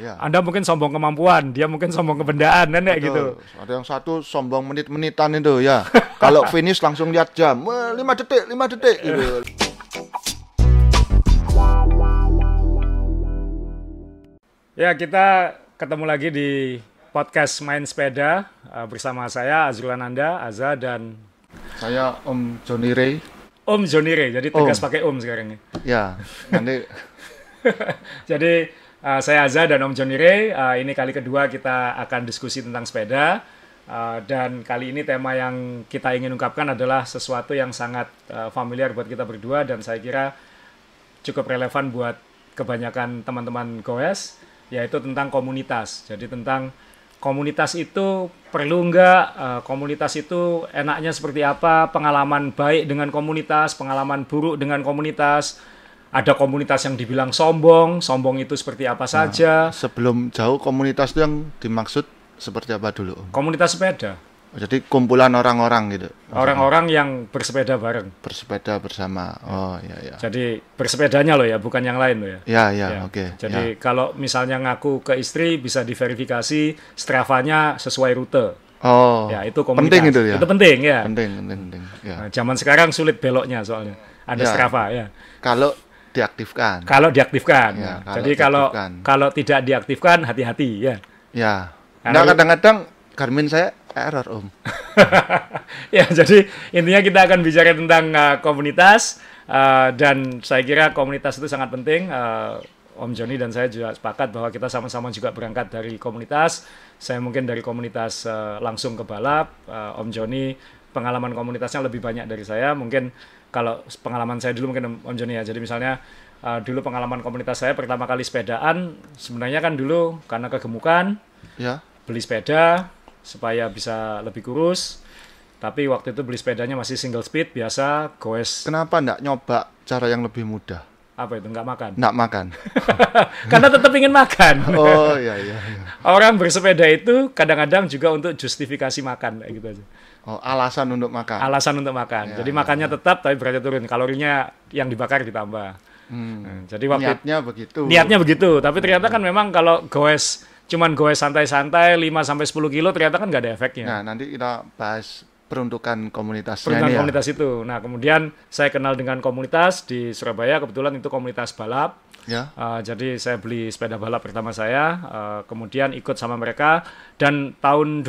Ya. Anda mungkin sombong kemampuan, dia mungkin sombong kebendaan kan kayak gitu. Ada yang satu sombong menit-menitan itu ya. Kalau finish langsung lihat jam, 5 detik, 5 detik gitu. Ya, kita ketemu lagi di podcast Main Sepeda bersama saya Azrul Ananda, Aza, dan Saya Om Johnny Ray. Om Johnny Ray. Jadi tegas pakai Om sekarang ini. Ya, nanti Jadi saya Aza dan Om Johnny Ray. Ini kali kedua kita akan diskusi tentang sepeda. Dan kali ini tema yang kita ingin ungkapkan adalah sesuatu yang sangat familiar buat kita berdua dan saya kira cukup relevan buat kebanyakan teman-teman goes, yaitu tentang komunitas. Jadi tentang komunitas itu perlu nggak, komunitas itu enaknya seperti apa, pengalaman baik dengan komunitas, pengalaman buruk dengan komunitas. Ada komunitas yang dibilang sombong itu seperti apa saja. sebelum jauh komunitas itu yang dimaksud seperti apa dulu, Om? Komunitas sepeda. Jadi kumpulan orang-orang gitu. Orang-orang yang bersepeda bareng. Bersepeda bersama. Oh, iya. Jadi bersepedanya loh ya, bukan yang lain loh ya. Ya, oke. Jadi kalau misalnya ngaku ke istri bisa diverifikasi Strava-nya sesuai rute. Oh. Ya, itu komunitas. Penting itu ya. Itu penting ya. Penting. Ya. Nah, zaman sekarang sulit beloknya soalnya. Ada Strava ya. Kalau diaktifkan. Ya. Jadi kalau tidak diaktifkan hati-hati ya. Ya. Nah, kadang-kadang Garmin saya error, Om. Ya, jadi intinya kita akan bicara tentang komunitas dan saya kira komunitas itu sangat penting. Om Johnny dan saya juga sepakat bahwa kita sama-sama juga berangkat dari komunitas. Saya mungkin dari komunitas langsung ke balap. Om Johnny pengalaman komunitasnya lebih banyak dari saya. Mungkin kalau pengalaman saya dulu mungkin Om Johnny ya. Jadi misalnya dulu pengalaman komunitas saya pertama kali sepedaan sebenarnya kan dulu karena kegemukan. Ya. Beli sepeda supaya bisa lebih kurus. Tapi waktu itu beli sepedanya masih single speed biasa, goes. Kenapa enggak nyoba cara yang lebih mudah? Apa itu? Nggak makan? Nggak makan. Karena tetap ingin makan. Oh, iya. Orang bersepeda itu kadang-kadang juga untuk justifikasi makan kayak gitu aja. Oh, alasan untuk makan. Alasan untuk makan. Jadi makannya tetap tapi beratnya turun. Kalorinya yang dibakar ditambah. Jadi niatnya begitu. Tapi ternyata kan memang kalau cuman goes santai-santai 5-10 kilo ternyata kan nggak ada efeknya. Nah, nanti kita bahas peruntukan komunitasnya. Peruntukan komunitas itu. Nah, kemudian saya kenal dengan komunitas di Surabaya, kebetulan itu komunitas balap. Ya. Jadi saya beli sepeda balap pertama saya, kemudian ikut sama mereka, dan tahun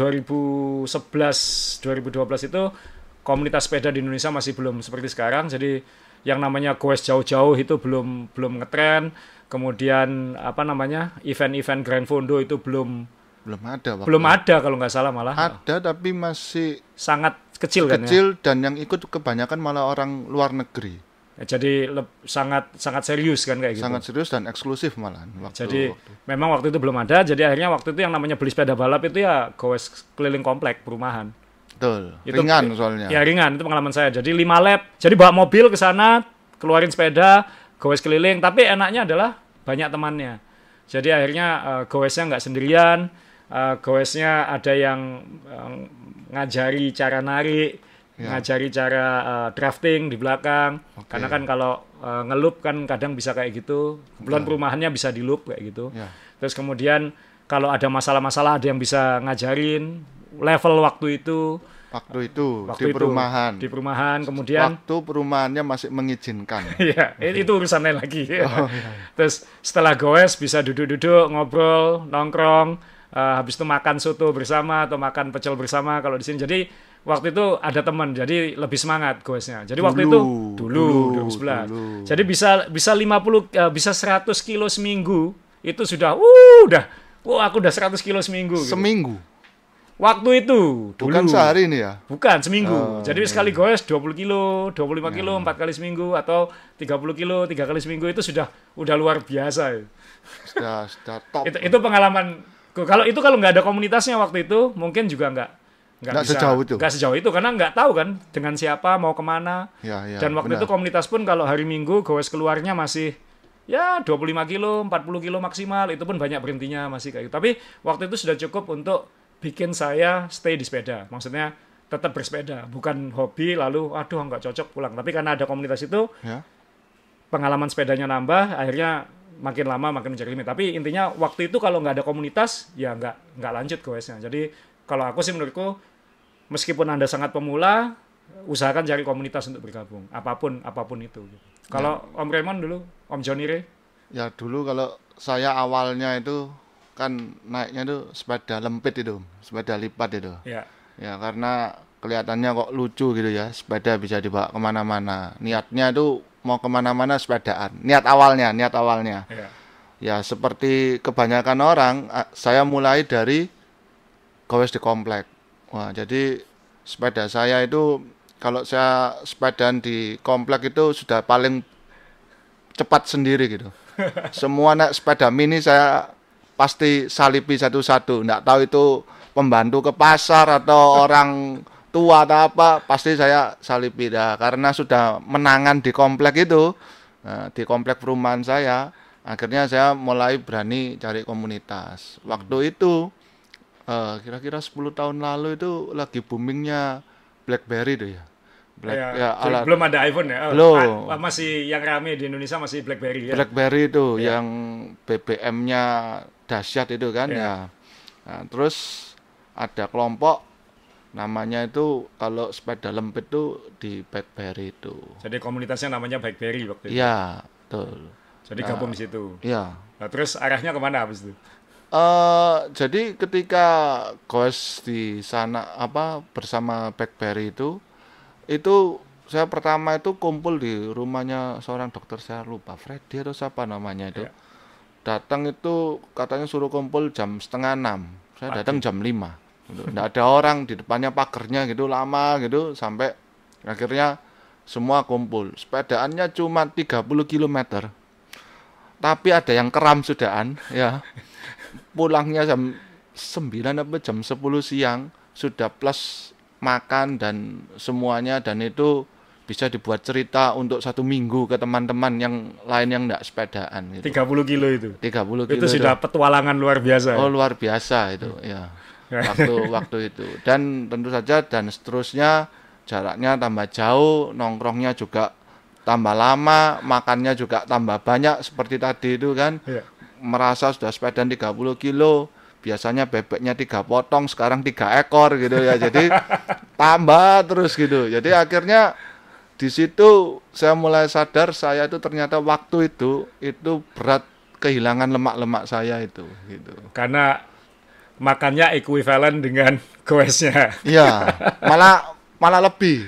2011-2012 itu komunitas sepeda di Indonesia masih belum seperti sekarang. Jadi yang namanya goes jauh-jauh itu belum ngetren. Kemudian event-event Grand Fondo itu belum ada kalau nggak salah, malah ada tapi masih sangat kecil kan ya? Dan yang ikut kebanyakan malah orang luar negeri ya, jadi sangat serius kan kayak gitu, sangat serius dan eksklusif malah memang waktu itu belum ada. Jadi akhirnya waktu itu yang namanya beli sepeda balap itu ya goes keliling komplek perumahan. Betul, itu ringan soalnya. Ya ringan, itu pengalaman saya. Jadi 5 lap, jadi bawa mobil ke sana, keluarin sepeda, goes keliling, tapi enaknya adalah banyak temannya. Jadi akhirnya goesnya nggak sendirian, goesnya ada yang ngajari cara narik, ngajari cara drafting di belakang. Karena kan kalau ngelup kan kadang bisa kayak gitu. Kebetulan perumahannya bisa di loop kayak gitu. Terus kemudian kalau ada masalah-masalah ada yang bisa ngajarin level waktu itu di perumahan, kemudian waktu perumahannya masih mengizinkan. Ya, itu urusan lain lagi. Terus setelah goes bisa duduk-duduk, ngobrol, nongkrong, habis itu makan soto bersama atau makan pecel bersama kalau di sini. Jadi waktu itu ada teman, jadi lebih semangat goesnya. Jadi waktu itu dulu 2011. Jadi bisa 100 kilo seminggu. Itu sudah aku udah 100 kilo seminggu gitu. Seminggu. Waktu itu dulu. Bukan sehari ini ya? Bukan, seminggu. Jadi sekali goes 20 kilo, 25 kilo 4 kali seminggu, atau 30 kilo 3 kali seminggu, itu udah luar biasa. Sudah top. Itu pengalaman. Kalau nggak ada komunitasnya waktu itu, mungkin juga nggak sejauh itu karena nggak tahu kan dengan siapa, mau kemana. Dan waktu itu komunitas pun kalau hari Minggu goes keluarnya masih ya 25 kilo, 40 kilo maksimal, itu pun banyak berhentinya masih kayak gitu. Tapi waktu itu sudah cukup untuk bikin saya stay di sepeda. Maksudnya tetap bersepeda, bukan hobi lalu nggak cocok pulang. Tapi karena ada komunitas itu, pengalaman sepedanya nambah, akhirnya makin lama makin mencari limit. Tapi intinya waktu itu kalau nggak ada komunitas ya nggak lanjut goesnya. Jadi kalau aku sih menurutku meskipun Anda sangat pemula, usahakan cari komunitas untuk bergabung apapun itu. Kalau Om Raymond dulu, Om Johnny Ray? Ya dulu kalau saya awalnya itu kan naiknya itu sepeda lempit itu, sepeda lipat itu. Ya. Ya karena kelihatannya kok lucu gitu ya, sepeda bisa dibawa kemana-mana. Niatnya itu mau kemana-mana sepedaan. Niat awalnya. Ya. Ya seperti kebanyakan orang, saya mulai dari gowes di komplek. Wah jadi sepeda saya itu kalau saya sepedaan di komplek itu sudah paling cepat sendiri gitu. Semua naik sepeda mini saya pasti salipi satu-satu. Nggak tahu itu pembantu ke pasar atau orang tua atau apa, pasti saya salipi dah. Karena sudah menangan di komplek itu, di komplek perumahan saya, akhirnya saya mulai berani cari komunitas. Waktu itu, kira-kira 10 tahun lalu itu lagi boomingnya BlackBerry tuh ya. Belum ada iPhone ya? Belum. Masih yang rame di Indonesia masih BlackBerry ya? BlackBerry itu yang BBM-nya dahsyat itu kan ya. Nah, terus ada kelompok namanya itu kalau sepeda lempit itu di BlackBerry itu. Jadi komunitasnya namanya BlackBerry waktu itu? Iya, betul. Jadi gabung di situ? Iya. Nah, terus arahnya kemana habis itu? Jadi ketika goes di sana bersama BlackBerry itu saya pertama itu kumpul di rumahnya seorang dokter, saya lupa Freddy atau siapa namanya itu. Datang itu katanya suruh kumpul jam 5:30. Saya datang jam 5. Nggak ada orang di depannya pagernya gitu, lama gitu sampai akhirnya semua kumpul. Sepedaannya cuma 30 km. Tapi ada yang keram sudahan ya. Pulangnya jam 9 apa jam 10 siang sudah plus makan dan semuanya, dan itu bisa dibuat cerita untuk 1 minggu ke teman-teman yang lain yang enggak sepedaan gitu. 30 kilo itu? 30 kilo itu sudah petualangan luar biasa. Oh luar biasa itu ya. Waktu itu. Dan tentu saja dan seterusnya jaraknya tambah jauh, nongkrongnya juga tambah lama, makannya juga tambah banyak seperti tadi itu kan. Merasa sudah sepedaan 30 kilo, biasanya bebeknya 3 potong, sekarang 3 ekor gitu ya. Jadi tambah terus gitu. Jadi akhirnya di situ saya mulai sadar saya itu ternyata waktu itu berat, kehilangan lemak-lemak saya itu gitu. Karena makannya ekuivalen dengan goesnya. Iya, malah lebih.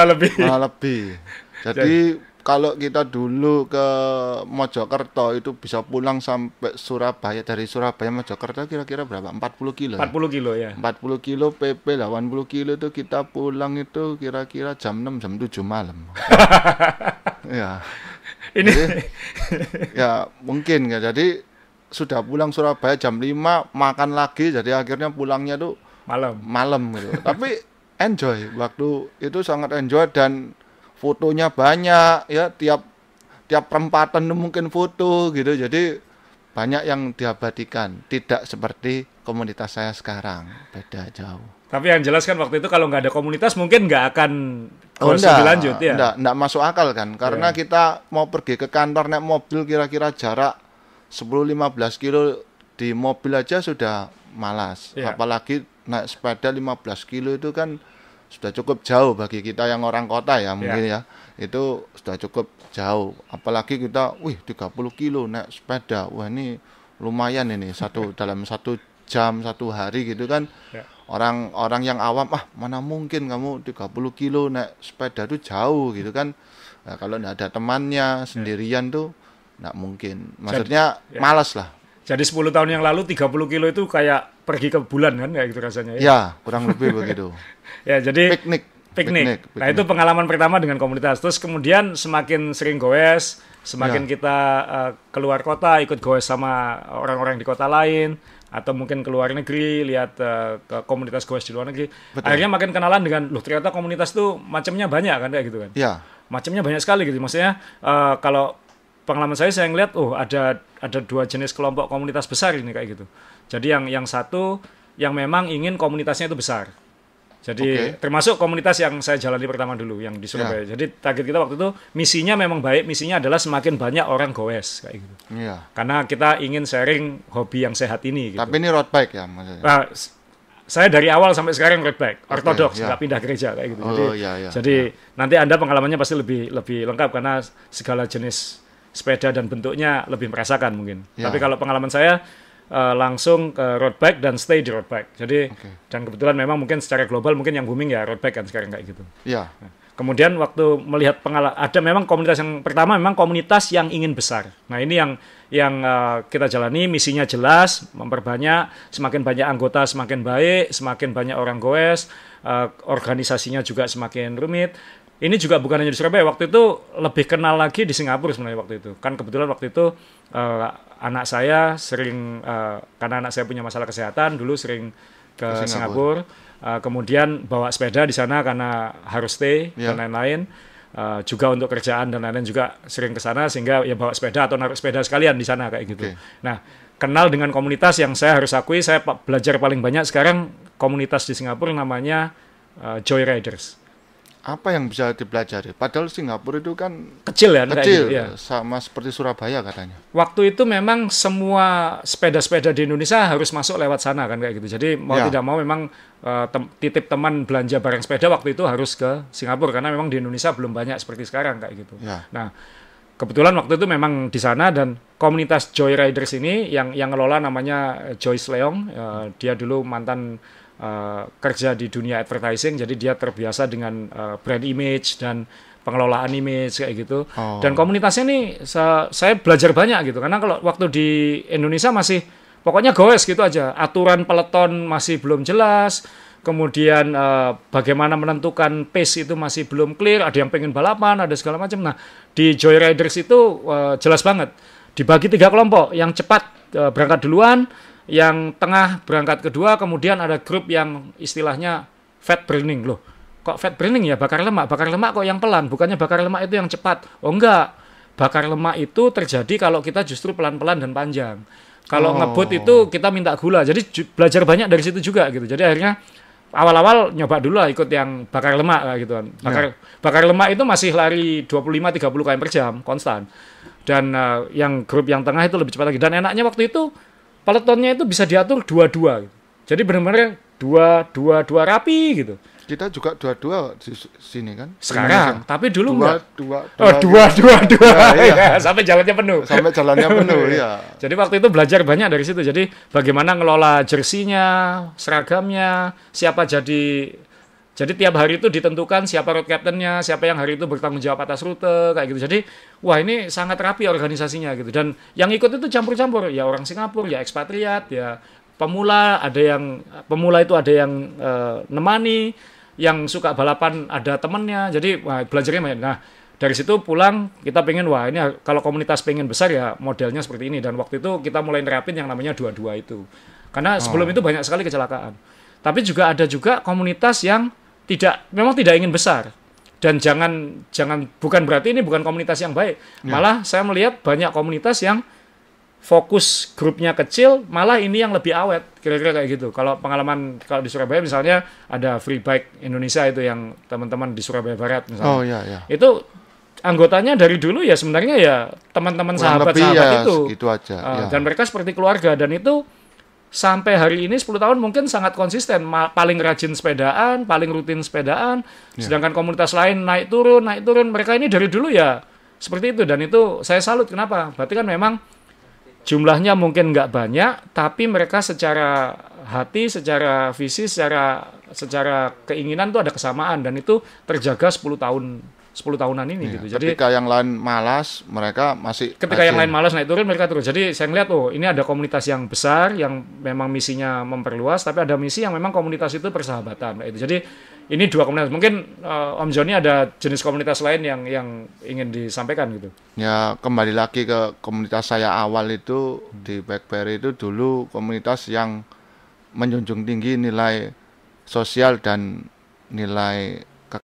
Jadi kalau kita dulu ke Mojokerto itu bisa pulang sampai Surabaya, dari Surabaya Mojokerto kira-kira berapa? 40 kilo. 40 kilo ya. 40 kilo PP 80 kilo itu kita pulang itu kira-kira jam 6 jam 7 malam. Ya. Ini jadi, ya mungkin ya. Jadi sudah pulang Surabaya jam 5, makan lagi, jadi akhirnya pulangnya tuh malam gitu. Tapi enjoy, waktu itu sangat enjoy dan fotonya banyak ya, tiap perempatan mungkin foto gitu. Jadi banyak yang diabadikan, tidak seperti komunitas saya sekarang, beda jauh. Tapi yang jelas kan waktu itu kalau nggak ada komunitas mungkin nggak akan dilanjut ya. Enggak masuk akal kan, karena kita mau pergi ke kantor naik mobil kira-kira jarak 10-15 kilo di mobil aja sudah malas. Apalagi naik sepeda 15 kilo itu kan sudah cukup jauh bagi kita yang orang kota ya mungkin ya. Itu sudah cukup jauh. Apalagi kita 30 kilo naik sepeda. Wah ini lumayan ini dalam 1 jam 1 hari gitu kan. Orang-orang yang awam mana mungkin kamu 30 kilo naik sepeda itu jauh gitu kan. Nah, kalau enggak ada temannya sendirian tuh enggak mungkin. Maksudnya malas lah. Jadi 10 tahun yang lalu 30 kilo itu kayak pergi ke bulan kan kayak gitu rasanya ya. Ya, kurang lebih begitu. Ya, jadi piknik. Nah, itu pengalaman pertama dengan komunitas. Terus kemudian semakin sering goes, semakin kita keluar kota, ikut goes sama orang-orang di kota lain, atau mungkin ke luar negeri, lihat ke komunitas goes di luar negeri. Betul. Akhirnya makin kenalan dengan, ternyata komunitas tuh macamnya banyak kan kayak gitu kan. Iya. Macamnya banyak sekali gitu. Maksudnya kalau pengalaman saya ngeliat, ada 2 jenis kelompok komunitas besar ini kayak gitu. Jadi yang satu yang memang ingin komunitasnya itu besar. Jadi termasuk komunitas yang saya jalani pertama dulu yang di Surabaya. Jadi target kita waktu itu misinya memang baik, misinya adalah semakin banyak orang goes kayak gitu. Karena kita ingin sharing hobi yang sehat ini. Gitu. Tapi ini road bike ya maksudnya? Nah, saya dari awal sampai sekarang road bike, ortodoks, nggak pindah gereja kayak gitu. Jadi nanti Anda pengalamannya pasti lebih lengkap karena segala jenis sepeda dan bentuknya lebih merasakan mungkin. Tapi kalau pengalaman saya langsung ke road bike dan stay di road bike. Jadi dan kebetulan memang mungkin secara global mungkin yang booming ya road bike kan sekarang kayak gitu. Iya. Nah, kemudian waktu melihat ada memang komunitas yang pertama memang komunitas yang ingin besar. Nah ini yang kita jalani, misinya jelas, memperbanyak, semakin banyak anggota semakin baik, semakin banyak orang goes, organisasinya juga semakin rumit. Ini juga bukan hanya di Surabaya, waktu itu lebih kenal lagi di Singapura sebenarnya waktu itu. Kan kebetulan waktu itu anak saya sering, karena anak saya punya masalah kesehatan, dulu sering ke Singapura. Kemudian bawa sepeda di sana karena harus stay dan lain-lain. Juga untuk kerjaan dan lain-lain juga sering ke sana, sehingga ya bawa sepeda atau naruh sepeda sekalian di sana kayak gitu. Nah, kenal dengan komunitas yang saya harus akui, saya belajar paling banyak sekarang komunitas di Singapura namanya Joyriders. Apa yang bisa dipelajari? Padahal Singapura itu kan kecil ya, kecil, gitu, ya. Sama seperti Surabaya katanya. Waktu itu memang semua sepeda-sepeda di Indonesia harus masuk lewat sana kan kayak gitu. Jadi mau tidak mau memang titip teman belanja barang sepeda waktu itu harus ke Singapura karena memang di Indonesia belum banyak seperti sekarang kayak gitu. Nah, kebetulan waktu itu memang di sana dan komunitas Joyriders ini yang ngelola namanya Joyce Leong. Dia dulu mantan kerja di dunia advertising, jadi dia terbiasa dengan brand image dan pengelolaan image kayak gitu. Dan komunitasnya ini saya belajar banyak gitu, karena kalau waktu di Indonesia masih pokoknya goes gitu aja, aturan peleton masih belum jelas, kemudian bagaimana menentukan pace itu masih belum clear, ada yang pengen balapan, ada segala macam. Nah di Joyriders itu jelas banget, dibagi 3 kelompok, yang cepat berangkat duluan, yang tengah berangkat kedua, kemudian ada grup yang istilahnya fat burning. Loh, kok fat burning ya? Bakar lemak kok yang pelan, bukannya bakar lemak itu yang cepat. Oh enggak, bakar lemak itu terjadi kalau kita justru pelan-pelan dan panjang. Kalau ngebut itu kita minta gula, jadi belajar banyak dari situ juga gitu. Jadi akhirnya awal-awal nyoba dulu lah ikut yang bakar lemak gitu kan. Bakar lemak itu masih lari 25-30 km per jam, konstan. Dan yang grup yang tengah itu lebih cepat lagi. Dan enaknya waktu itu peletonnya itu bisa diatur 2-2 gitu. Jadi benar-benar 2 rapi gitu. Kita juga 2-2 di sini kan. Sekarang, tapi dulu enggak. 2. Ya, sampai jalannya penuh. Ya. Jadi waktu itu belajar banyak dari situ. Jadi bagaimana ngelola jersinya, seragamnya, siapa jadi tiap hari itu ditentukan siapa road captain-nya, siapa yang hari itu bertanggung jawab atas rute, kayak gitu. Jadi, wah ini sangat rapi organisasinya gitu. Dan yang ikut itu campur-campur, ya orang Singapura, ya ekspatriat, ya pemula, pemula itu ada yang nemani, yang suka balapan ada temennya. Jadi, wah belajarnya banyak. Nah, dari situ pulang kita pengen, wah ini kalau komunitas pengen besar ya modelnya seperti ini. Dan waktu itu kita mulai nerapin yang namanya 2-2 itu. Karena sebelum itu banyak sekali kecelakaan. Tapi juga ada komunitas yang memang tidak ingin besar, dan bukan berarti ini bukan komunitas yang baik, malah saya melihat banyak komunitas yang fokus grupnya kecil, malah ini yang lebih awet, kira-kira kayak gitu. Kalau pengalaman kalau di Surabaya misalnya ada Free Bike Indonesia itu yang teman-teman di Surabaya Barat misalnya, itu anggotanya dari dulu ya sebenarnya ya teman-teman sahabat-sahabat itu, gitu aja, dan mereka seperti keluarga, dan itu sampai hari ini 10 tahun mungkin sangat konsisten, paling rajin sepedaan, paling rutin sepedaan, sedangkan komunitas lain naik turun, mereka ini dari dulu ya seperti itu, dan itu saya salut. Kenapa? Berarti kan memang jumlahnya mungkin nggak banyak, tapi mereka secara hati, secara visi, secara keinginan tuh ada kesamaan, dan itu terjaga 10 tahunan ini gitu. Jadi ketika yang lain malas, mereka masih yang lain malas naik turun, mereka turun. Jadi saya ngeliat ini ada komunitas yang besar yang memang misinya memperluas, tapi ada misi yang memang komunitas itu persahabatan. Itu. Jadi ini 2 komunitas. Mungkin Om Joni ada jenis komunitas lain yang ingin disampaikan gitu. Ya, kembali lagi ke komunitas saya awal itu di BlackBerry itu dulu komunitas yang menjunjung tinggi nilai sosial dan nilai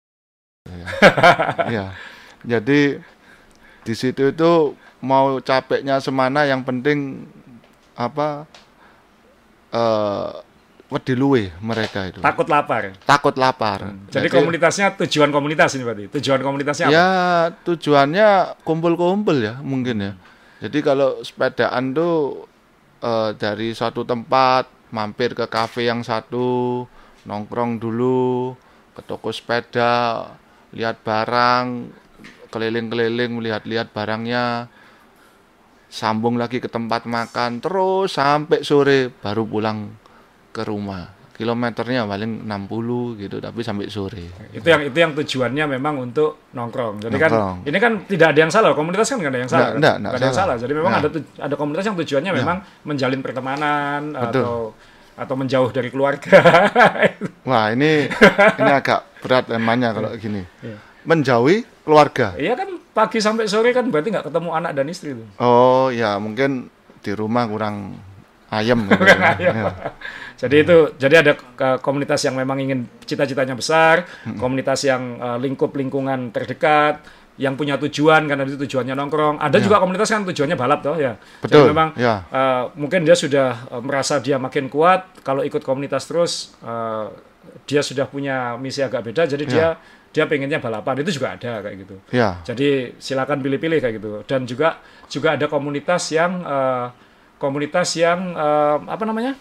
ya. Jadi di situ itu mau capeknya semana, yang penting wedi luwe mereka itu. Takut lapar. Takut lapar. Jadi komunitasnya tujuan komunitas ini berarti. Tujuan komunitasnya apa? Ya, tujuannya kumpul-kumpul ya mungkin ya. Jadi kalau sepedaan tuh dari suatu tempat mampir ke kafe yang satu, nongkrong dulu, ke toko sepeda, lihat barang, keliling-keliling melihat-lihat barangnya, sambung lagi ke tempat makan, terus sampai sore baru pulang ke rumah. Kilometernya paling 60 gitu, tapi sampai sore. Itu yang tujuannya memang untuk nongkrong. Jadi Nongkrong. kan ini kan tidak ada yang salah, komunitas kan nggak ada yang salah. Nggak ada yang salah. Jadi memang Ya. ada komunitas yang tujuannya memang menjalin pertemanan Betul. atau menjauh dari keluarga. Wah, ini agak berat temanya kalau gini. Iya. Menjauhi keluarga. Iya kan pagi sampai sore kan berarti nggak ketemu anak dan istri tuh. Oh, ya mungkin di rumah kurang ayam gitu. Kurang ayam. Ya. Jadi ada komunitas yang memang ingin cita-citanya besar, komunitas yang lingkungan terdekat, yang punya tujuan karena itu tujuannya nongkrong. Ada juga komunitas kan tujuannya balap toh ya. Betul. Jadi memang Ya. mungkin dia sudah merasa dia makin kuat kalau ikut komunitas terus, dia sudah punya misi agak beda. Jadi dia pengennya balapan, itu juga ada kayak gitu. Ya. Jadi silakan pilih-pilih kayak gitu. Dan juga ada komunitas yang apa namanya?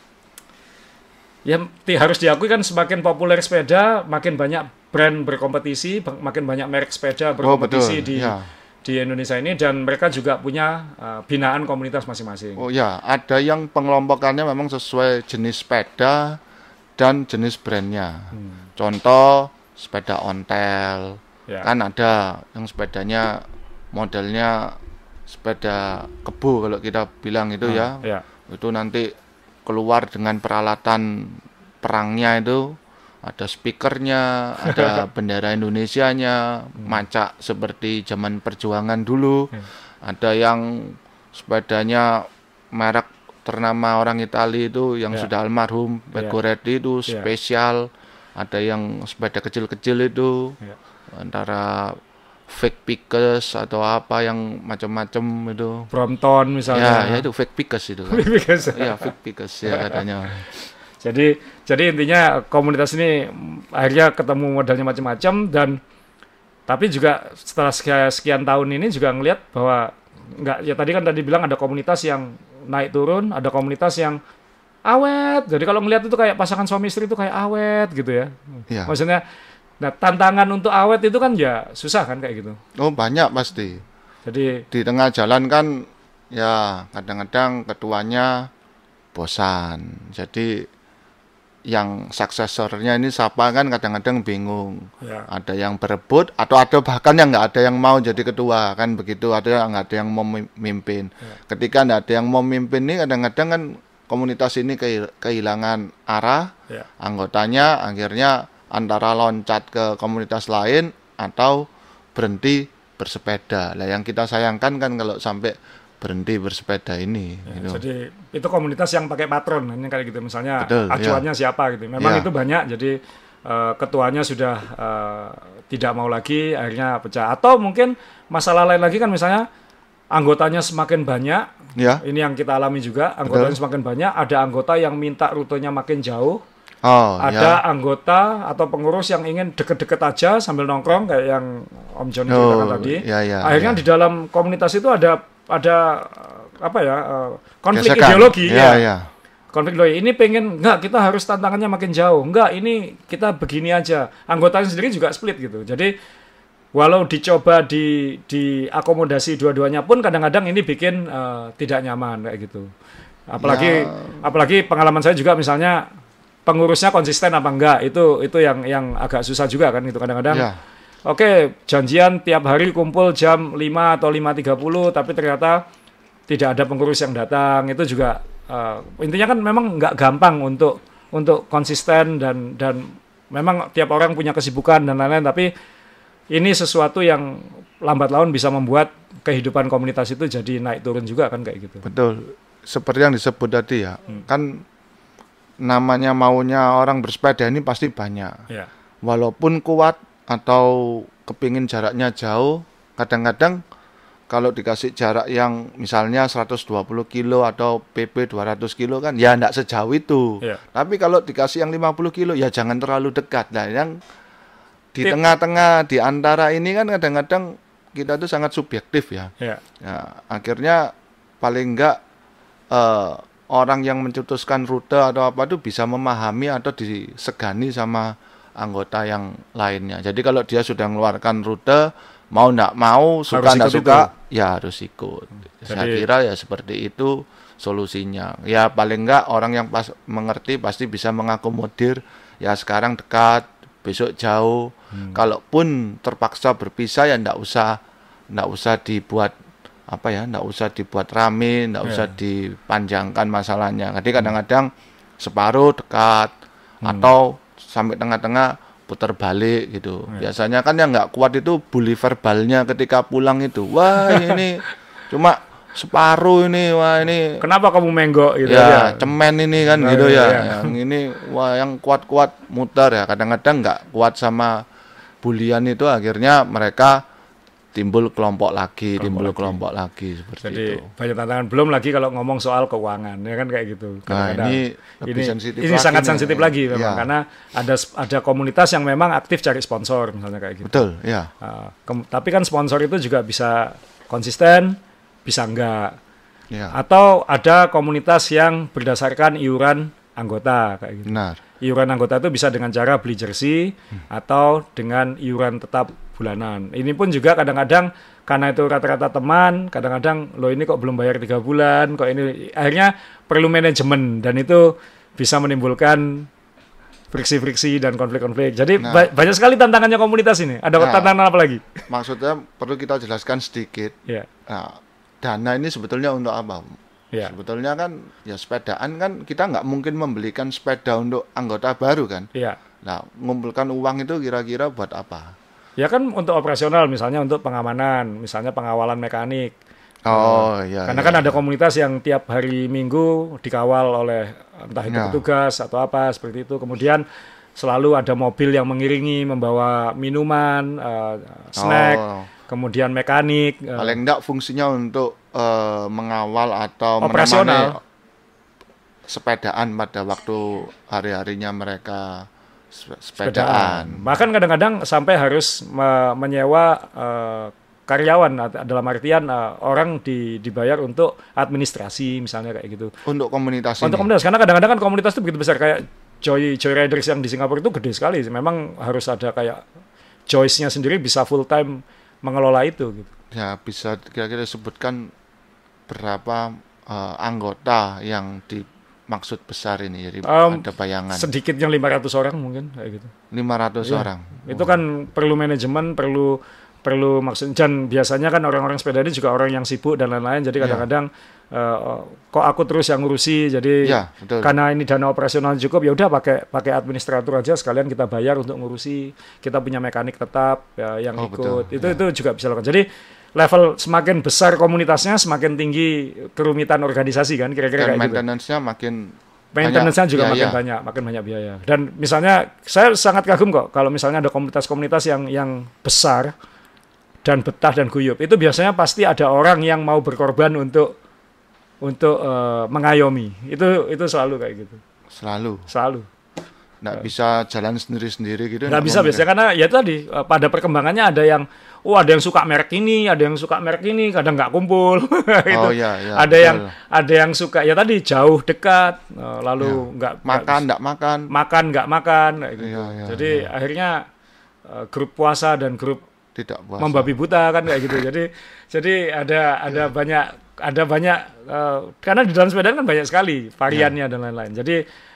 Ya harus diakui kan semakin populer sepeda, makin banyak brand berkompetisi, makin banyak merek sepeda berkompetisi di Indonesia ini, dan mereka juga punya binaan komunitas masing-masing. Oh ya, ada yang pengelompokannya memang sesuai jenis sepeda dan jenis brandnya. Contoh sepeda ontel, kan ada yang sepedanya modelnya sepeda kebo kalau kita bilang itu itu nanti keluar dengan peralatan perangnya itu, ada speakernya, ada bendera Indonesianya, macak seperti zaman perjuangan dulu. Ada yang sepedanya merek ternama orang Italia itu yang sudah almarhum, Pegoretti itu spesial. Ada yang sepeda kecil-kecil itu, antara fake Pickers atau apa yang macam-macam itu. Brompton misalnya. Ya itu fake Pickers itu kan. Iya, fake Pickers ya katanya. Jadi intinya komunitas ini akhirnya ketemu modelnya macam-macam, dan tapi juga setelah sekian tahun ini juga ngelihat bahwa tadi bilang ada komunitas yang naik turun, ada komunitas yang awet. Jadi kalau ngelihat itu kayak pasangan suami istri itu kayak awet gitu ya. Ya. Maksudnya tantangan untuk awet itu kan ya susah kan kayak gitu. Oh, banyak pasti. Jadi Di tengah jalan kan ya kadang-kadang ketuanya bosan. Jadi yang suksesornya ini siapa kan kadang-kadang bingung. Ada yang berebut atau ada bahkan yang nggak ada yang mau jadi ketua kan begitu. Ada yang nggak ada yang mau memimpin. Ketika nggak ada yang mau memimpin ini kadang-kadang kan komunitas ini kehilangan arah. Anggotanya akhirnya antara loncat ke komunitas lain atau berhenti bersepeda. Lah yang kita sayangkan kan kalau sampai berhenti bersepeda ini. Gitu. Jadi itu komunitas yang pakai patron, ini kayak gitu. Misalnya acuannya siapa gitu. Memang itu banyak. Jadi ketuanya sudah tidak mau lagi, akhirnya pecah. Atau mungkin masalah lain lagi kan, misalnya anggotanya semakin banyak. Ini yang kita alami juga. Anggotanya semakin banyak. Ada anggota yang minta rutenya makin jauh. Ada anggota atau pengurus yang ingin deket-deket aja sambil nongkrong kayak yang Om Joni ceritakan tadi. Akhirnya di dalam komunitas itu ada apa ya, konflik ideologi. Konflik ideologi. Ini pengen enggak, kita harus tantangannya makin jauh. Enggak, ini kita begini aja. Anggotanya sendiri juga split gitu. Jadi walau dicoba diakomodasi dua-duanya pun kadang-kadang ini bikin tidak nyaman kayak gitu. Apalagi pengalaman saya juga, misalnya pengurusnya konsisten apa enggak, itu yang agak susah juga kan itu kadang-kadang. Oke, janjian tiap hari kumpul jam 5 atau 5.30, tapi ternyata tidak ada pengurus yang datang. Itu juga intinya kan memang nggak gampang untuk konsisten, dan memang tiap orang punya kesibukan dan lain-lain, tapi ini sesuatu yang lambat laun bisa membuat kehidupan komunitas itu jadi naik turun juga kan kayak gitu. Betul. Seperti yang disebut tadi ya. Kan namanya maunya orang bersepeda ini pasti banyak. Walaupun kuat atau kepingin jaraknya jauh, kadang-kadang kalau dikasih jarak yang misalnya 120 kilo atau PP 200 kilo kan ya enggak sejauh itu. Iya. Tapi kalau dikasih yang 50 kilo ya jangan terlalu dekat. Nah, yang di Tip. tengah-tengah di antara ini kan kadang-kadang kita tuh sangat subjektif ya. Iya. Ya, akhirnya paling enggak orang yang mencetuskan rute atau apa itu bisa memahami atau disegani sama anggota yang lainnya. Jadi kalau dia sudah mengeluarkan rute, mau enggak mau, suka enggak suka, ya harus ikut. Saya kira ya seperti itu solusinya. Ya paling enggak orang yang pas mengerti pasti bisa mengakomodir. Ya sekarang dekat, besok jauh. Kalaupun terpaksa berpisah ya enggak usah dibuat apa ya, enggak usah dibuat rame, enggak usah dipanjangkan masalahnya. Jadi kadang-kadang separuh dekat atau sampai tengah-tengah putar balik gitu. Biasanya kan yang nggak kuat itu bully verbalnya ketika pulang itu. Wah ini cuma separuh ini, wah ini. Kenapa kamu menggok gitu ya? Cemen ini kan gitu ya. Ya. Yang ini wah yang kuat-kuat muter ya. Kadang-kadang nggak kuat sama bulian itu akhirnya mereka timbul kelompok lagi seperti Jadi, itu. banyak tantangan. Belum lagi kalau ngomong soal keuangan, ya kan kayak gitu. Nah, ini lebih sensitif ini lagi sangat nih. sensitif lagi memang karena ada komunitas yang memang aktif cari sponsor misalnya kayak gitu. Betul, ya. Tapi kan sponsor itu juga bisa konsisten, bisa enggak. Ya. Atau ada komunitas yang berdasarkan iuran anggota kayak gitu. Benar. Iuran anggota itu bisa dengan cara beli jersey atau dengan iuran tetap bulanan. Ini pun juga kadang-kadang karena itu rata-rata teman, kadang-kadang lo ini kok belum bayar 3 bulan, kok ini akhirnya perlu manajemen dan itu bisa menimbulkan friksi-friksi dan konflik-konflik. Jadi banyak sekali tantangannya komunitas ini. Ada tantangan apa lagi? Maksudnya perlu kita jelaskan sedikit. Ya. Nah, dana ini sebetulnya untuk apa? Ya. Sebetulnya kan ya sepedaan kan kita nggak mungkin membelikan sepeda untuk anggota baru kan. Iya. Nah, ngumpulkan uang itu kira-kira buat apa? Ya kan untuk operasional, misalnya untuk pengamanan, misalnya pengawalan mekanik. Oh iya. Karena kan ada komunitas yang tiap hari Minggu dikawal oleh entah itu petugas atau apa seperti itu. Kemudian selalu ada mobil yang mengiringi membawa minuman, snack, kemudian mekanik. Paling enggak fungsinya untuk mengawal atau operasional sepedaan pada waktu hari-harinya mereka sepedaan. Bahkan kadang-kadang sampai harus menyewa karyawan dalam artian orang dibayar untuk administrasi misalnya kayak gitu. Untuk komunitas Untuk komunitas, karena kadang-kadang kan komunitas itu begitu besar kayak Joyriders yang di Singapura itu gede sekali. Memang harus ada kayak Joyce-nya sendiri bisa full time mengelola itu gitu. Ya, bisa kira-kira disebutkan berapa anggota yang dimaksud besar ini, jadi ada bayangan. Sedikitnya 500 orang mungkin kayak gitu. 500 orang. Itu kan perlu manajemen, perlu maksud, dan biasanya kan orang-orang sepeda ini juga orang yang sibuk dan lain-lain, jadi kadang-kadang kok aku terus yang ngurusi, jadi betul. Karena ini dana operasional cukup, ya udah pakai administrator aja sekalian kita bayar untuk ngurusi, kita punya mekanik tetap yang ikut, itu juga bisa lakukan. Jadi level semakin besar komunitasnya, semakin tinggi kerumitan organisasi kan, kira-kira kayak gitu. Maintenance-nya juga makin banyak biaya. Dan misalnya saya sangat kagum kok kalau misalnya ada komunitas-komunitas yang besar dan betah dan guyup. Itu biasanya pasti ada orang yang mau berkorban untuk mengayomi. Itu selalu kayak gitu. Selalu. Nggak bisa jalan sendiri-sendiri gitu. Nggak bisa biasanya karena ya tadi pada perkembangannya ada yang suka merek ini, ada yang suka merek ini, kadang nggak kumpul. Gitu. Ada yang suka ya tadi jauh dekat, lalu nggak makan, gitu. Jadi akhirnya grup puasa dan grup tidak puasa, membabi buta kan kayak gitu. Jadi ada banyak karena di dalam sepeda kan banyak sekali variannya dan lain-lain. Jadi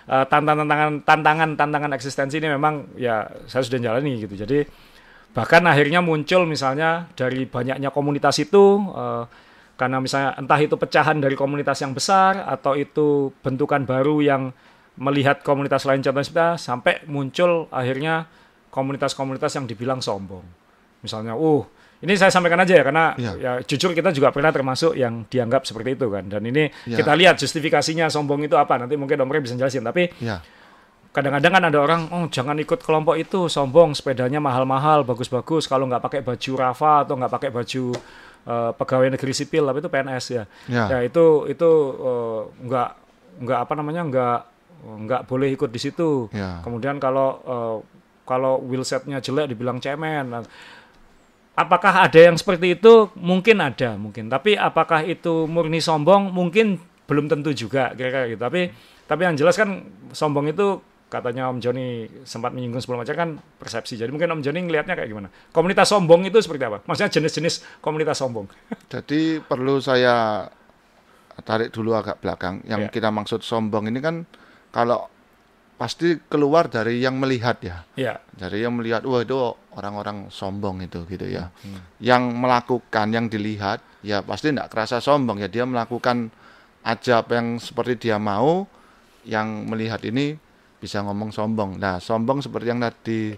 tantangan eksistensi ini memang ya saya sudah jalani gitu. Jadi bahkan akhirnya muncul misalnya dari banyaknya komunitas itu karena misalnya entah itu pecahan dari komunitas yang besar atau itu bentukan baru yang melihat komunitas lain contohnya sampai muncul akhirnya komunitas-komunitas yang dibilang sombong. Misalnya, ini saya sampaikan aja ya karena ya jujur kita juga pernah termasuk yang dianggap seperti itu kan. Dan ini kita lihat justifikasinya sombong itu apa. Nanti mungkin Om Rey bisa jelasin. Tapi kadang-kadang kan ada orang, jangan ikut kelompok itu, sombong, sepedanya mahal-mahal, bagus-bagus. Kalau nggak pakai baju Rafa atau nggak pakai baju pegawai negeri sipil, apa itu PNS ya. Ya. Ya itu nggak apa namanya nggak boleh ikut di situ. Ya. Kemudian kalau wheelsetnya jelek dibilang cemen. Nah, apakah ada yang seperti itu? Mungkin ada, mungkin. Tapi apakah itu murni sombong? Mungkin belum tentu juga kira-kira gitu. Tapi yang jelas kan sombong itu katanya Om Joni sempat menyinggung sebelum aja kan persepsi. Jadi mungkin Om Joni ngelihatnya kayak gimana? Komunitas sombong itu seperti apa? Maksudnya jenis-jenis komunitas sombong. Jadi perlu saya tarik dulu agak belakang. Yang kita maksud sombong ini kan kalau pasti keluar dari yang melihat ya. Iya. Dari yang melihat, wah itu orang-orang sombong itu gitu ya. Yang melakukan, yang dilihat, ya pasti tidak kerasa sombong ya. Dia melakukan aja apa yang seperti dia mau, yang melihat ini bisa ngomong sombong. Nah, sombong seperti yang tadi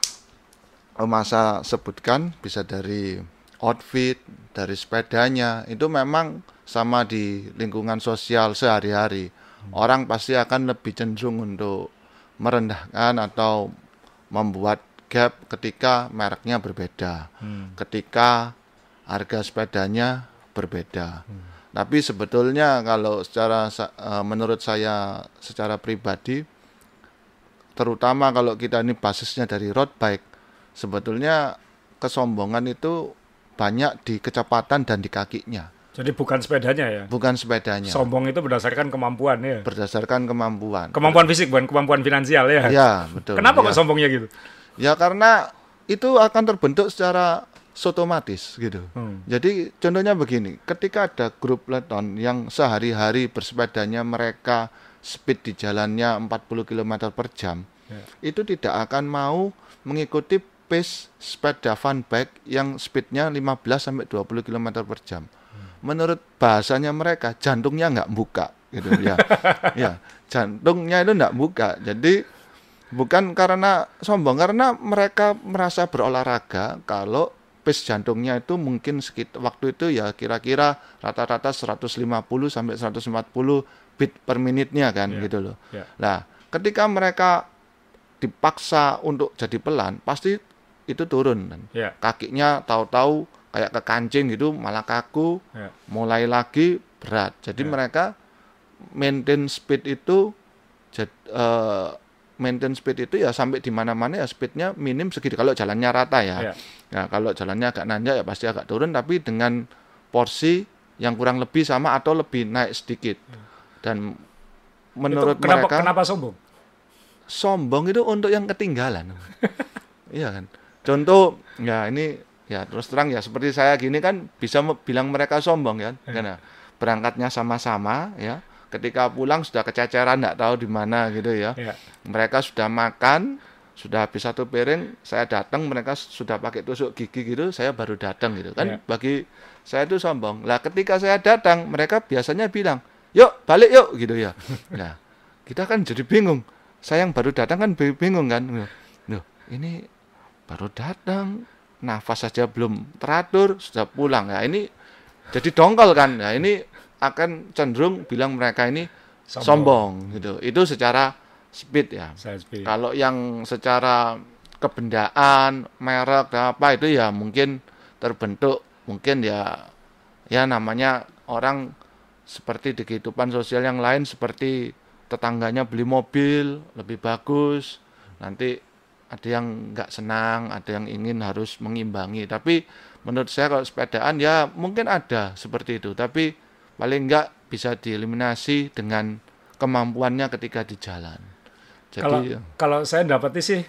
Masa sebutkan, bisa dari outfit, dari sepedanya, itu memang sama di lingkungan sosial sehari-hari. Orang pasti akan lebih cenderung untuk merendahkan atau membuat gap ketika mereknya berbeda, ketika harga sepedanya berbeda. Tapi sebetulnya kalau menurut saya secara pribadi, terutama kalau kita ini basisnya dari road bike, sebetulnya kesombongan itu banyak di kecepatan dan di kakinya. Jadi bukan sepedanya ya? Bukan sepedanya. Sombong itu berdasarkan kemampuan ya? Berdasarkan kemampuan. Kemampuan fisik, bukan kemampuan finansial ya? Ya, betul. Kenapa ya. kok sombongnya gitu? Ya karena itu akan terbentuk secara otomatis gitu. Jadi contohnya begini, ketika ada grup peloton yang sehari-hari bersepedanya mereka speed di jalannya 40 km per jam, itu tidak akan mau mengikuti pace sepeda fun bike yang speednya 15-20 km per jam. Menurut bahasanya mereka, jantungnya nggak buka gitu ya. Ya, jantungnya itu nggak buka. Jadi bukan karena sombong, karena mereka merasa berolahraga kalau pace jantungnya itu mungkin sekitar waktu itu ya kira-kira rata-rata 150 sampai 140 beat per menitnya kan gitu loh. Nah, ketika mereka dipaksa untuk jadi pelan, pasti itu turun kan. Kakinya tahu-tahu kayak kekancing gitu, malah kaku, mulai lagi berat. Jadi mereka maintain speed itu ya sampai di mana-mana ya speednya minim segitu kalau jalannya rata ya. Nah, kalau jalannya agak nanjak ya pasti agak turun, tapi dengan porsi yang kurang lebih sama atau lebih naik sedikit. Dan menurut mereka, kenapa sombong? Sombong itu untuk yang ketinggalan. Iya kan. Contoh ya ini ya terus terang ya seperti saya gini kan bisa bilang mereka sombong ya. Karena berangkatnya sama-sama ya. Ketika pulang sudah kececeran, nggak tahu di mana gitu ya. Mereka sudah makan, sudah habis satu piring, saya datang, mereka sudah pakai tusuk gigi gitu, saya baru datang gitu kan. Bagi saya itu sombong. Lah ketika saya datang, mereka biasanya bilang, yuk balik yuk gitu ya. Nah kita kan jadi bingung. Saya yang baru datang kan bingung kan. Loh ini baru datang, nafas saja belum teratur, sudah pulang. Ya ini jadi dongkol kan. Nah ini akan cenderung bilang mereka ini sombong gitu. Itu secara speed ya. Kalau yang secara kebendaan, merek apa itu ya mungkin terbentuk, mungkin ya namanya orang seperti di kehidupan sosial yang lain, seperti tetangganya beli mobil lebih bagus, nanti ada yang nggak senang, ada yang ingin harus mengimbangi. Tapi menurut saya kalau sepedaan ya mungkin ada seperti itu, tapi paling nggak bisa dieliminasi dengan kemampuannya ketika di jalan. Jadi kalau saya dapati sih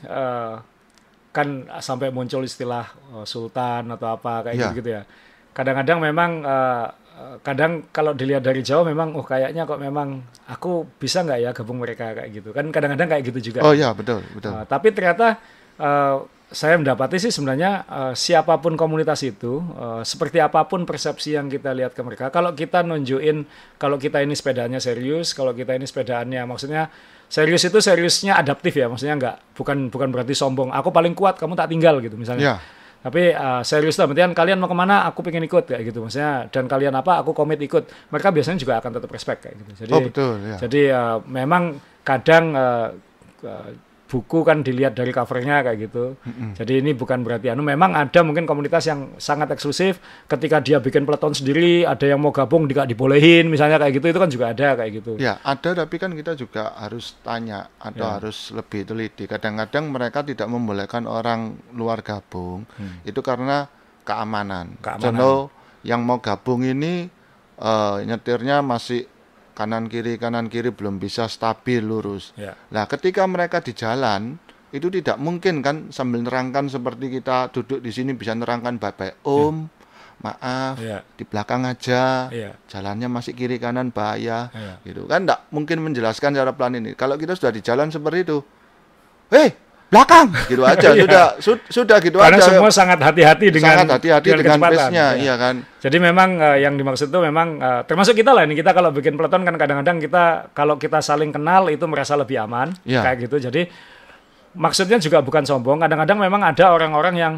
kan sampai muncul istilah sultan atau apa kayak gitu ya. Kadang-kadang memang kadang kalau dilihat dari jauh memang kayaknya kok memang aku bisa nggak ya gabung mereka kayak gitu kan, kadang-kadang kayak gitu juga. Oh iya betul. Tapi ternyata saya mendapati sih sebenarnya siapapun komunitas itu, seperti apapun persepsi yang kita lihat ke mereka, kalau kita nunjukin kalau kita ini sepedanya serius, kalau kita ini sepedaannya maksudnya serius itu seriusnya adaptif ya, maksudnya bukan berarti sombong. Aku paling kuat, kamu tak tinggal gitu misalnya. Tapi serius lah, berarti kalian mau kemana, aku pengen ikut kayak gitu maksudnya, dan kalian apa, aku komit ikut. Mereka biasanya juga akan tetap respect kayak gitu. Jadi, betul. Ya. Jadi memang kadang buku kan dilihat dari covernya kayak gitu. Jadi ini bukan berarti memang ada mungkin komunitas yang sangat eksklusif ketika dia bikin peleton sendiri, ada yang mau gabung tidak dibolehin misalnya kayak gitu, itu kan juga ada kayak gitu. Ya, ada, tapi kan kita juga harus tanya atau harus lebih teliti. Kadang-kadang mereka tidak membolehkan orang luar gabung, itu karena keamanan. Contoh yang mau gabung ini nyetirnya masih kanan kiri belum bisa stabil lurus. Nah, ketika mereka di jalan itu tidak mungkin kan sambil nerangkan seperti kita duduk di sini bisa nerangkan baik-baik. Maaf, di belakang aja, jalannya masih kiri kanan bahaya, gitu kan? Tidak mungkin menjelaskan secara pelan ini. Kalau kita sudah di jalan seperti itu, belakang, gitu aja, sudah gitu karena aja. Karena semua sangat hati-hati dengan pace-nya, iya kan. Jadi memang yang dimaksud itu memang termasuk kita lah ini, kita kalau bikin peleton kan kadang-kadang kita kalau kita saling kenal itu merasa lebih aman, kayak gitu. Jadi maksudnya juga bukan sombong. Kadang-kadang memang ada orang-orang yang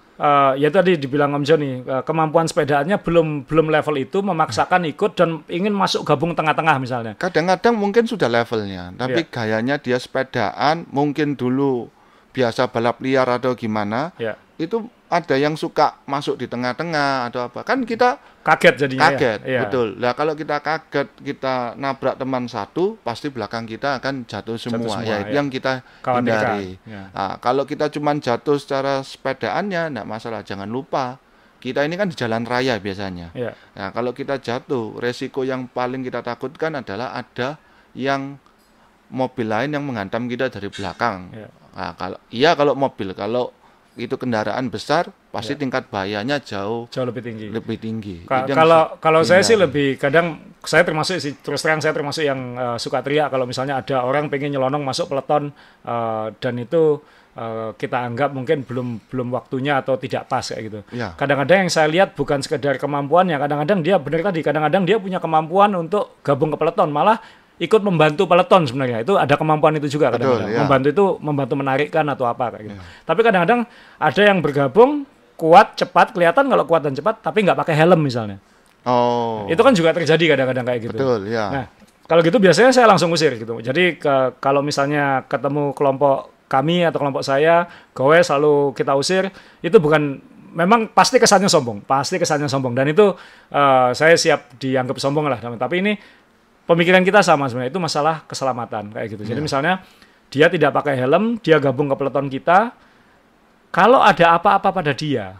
ya tadi dibilang Om Joni, kemampuan sepedaannya belum level itu, memaksakan ikut dan ingin masuk gabung tengah-tengah misalnya. Kadang-kadang mungkin sudah levelnya, tapi gayanya dia sepedaan mungkin dulu biasa balap liar atau gimana, itu ada yang suka masuk di tengah-tengah atau apa, kan kita kaget jadinya. Betul. Nah, kalau kita kaget, kita nabrak teman satu, pasti belakang kita akan jatuh semua. Itu yang kita hindari. Nah, kalau kita cuma jatuh secara sepedaannya, enggak masalah. Jangan lupa, kita ini kan di jalan raya biasanya. Nah, kalau kita jatuh, resiko yang paling kita takutkan adalah ada yang mobil lain yang menghantam kita dari belakang. Nah, kalau mobil, kalau itu kendaraan besar, pasti tingkat bahayanya jauh lebih tinggi. Kalau saya sih lebih, kadang saya termasuk sih, terus terang saya termasuk yang suka teriak kalau misalnya ada orang pengen nyelonong masuk peleton dan itu kita anggap mungkin belum waktunya atau tidak pas kayak gitu. Kadang-kadang yang saya lihat bukan sekedar kemampuannya, kadang-kadang dia benar tadi, kadang-kadang dia punya kemampuan untuk gabung ke peleton, malah ikut membantu peleton sebenarnya. Itu ada kemampuan itu juga kadang-kadang. Membantu itu membantu menarikkan atau apa kayak gitu. Tapi kadang-kadang ada yang bergabung kuat, cepat, kelihatan kalau kuat dan cepat tapi nggak pakai helm misalnya. Itu kan juga terjadi kadang-kadang kayak gitu. Nah, kalau gitu biasanya saya langsung usir gitu. Jadi kalau misalnya ketemu kelompok kami atau kelompok saya, gowe selalu kita usir, itu bukan, memang pasti kesannya sombong dan itu saya siap dianggap sombong lah. Tapi ini pemikiran kita sama sebenarnya, itu masalah keselamatan kayak gitu. Jadi misalnya dia tidak pakai helm, dia gabung ke peleton kita, kalau ada apa-apa pada dia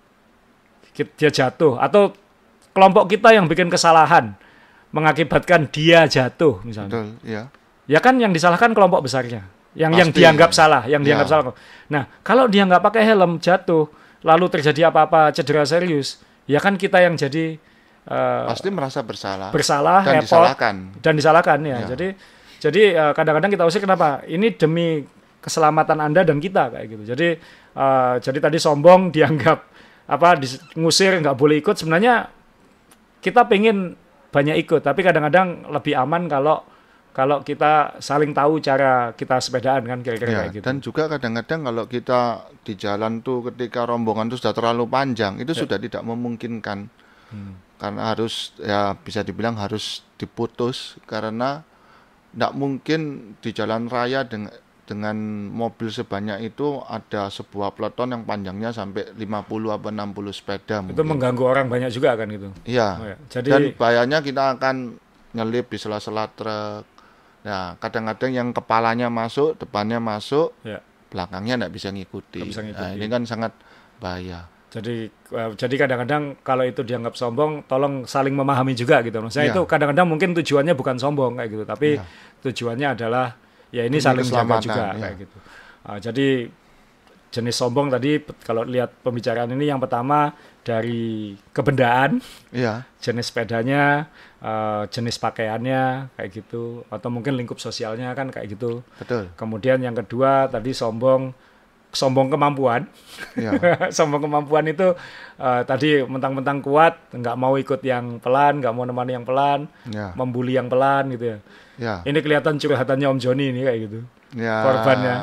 jatuh, atau kelompok kita yang bikin kesalahan mengakibatkan dia jatuh misalnya. Ya kan yang disalahkan kelompok besarnya, yang dianggap salah, salah. Nah, kalau dia nggak pakai helm jatuh, lalu terjadi apa-apa, cedera serius, ya kan kita yang jadi pasti merasa bersalah dan disalahkan ya. Jadi kadang-kadang kita usir, kenapa? Ini demi keselamatan Anda dan kita kayak gitu. Jadi tadi sombong dianggap ngusir, nggak boleh ikut. Sebenarnya kita pengen banyak ikut, tapi kadang-kadang lebih aman kalau kita saling tahu cara kita sepedaan kan kira-kira kayak gitu. Dan juga kadang-kadang kalau kita di jalan tuh ketika rombongan itu sudah terlalu panjang, itu sudah tidak memungkinkan. Karena harus, ya bisa dibilang harus diputus, karena tidak mungkin di jalan raya dengan mobil sebanyak itu ada sebuah peleton yang panjangnya sampai 50 atau 60 sepeda. Itu mengganggu orang banyak juga kan gitu. Iya. Dan bahayanya kita akan nyelip di sela-sela truk. Nah, kadang-kadang yang kepalanya masuk, depannya masuk, belakangnya tidak bisa ngikuti. Nah, ini kan sangat bahaya. Jadi kadang-kadang kalau itu dianggap sombong, tolong saling memahami juga gitu. Maksudnya itu kadang-kadang mungkin tujuannya bukan sombong kayak gitu, tapi tujuannya adalah ya ini saling jaga juga kayak gitu. Jadi jenis sombong tadi kalau lihat pembicaraan ini, yang pertama dari kebendaan, jenis sepedanya, jenis pakaiannya kayak gitu, atau mungkin lingkup sosialnya kan kayak gitu. Betul. Kemudian yang kedua tadi sombong kemampuan. Sombong kemampuan itu tadi mentang-mentang kuat, nggak mau ikut yang pelan, nggak mau nemani yang pelan, membuli yang pelan gitu ya. Ini kelihatan curhatannya Om Joni ini kayak gitu. Korbannya.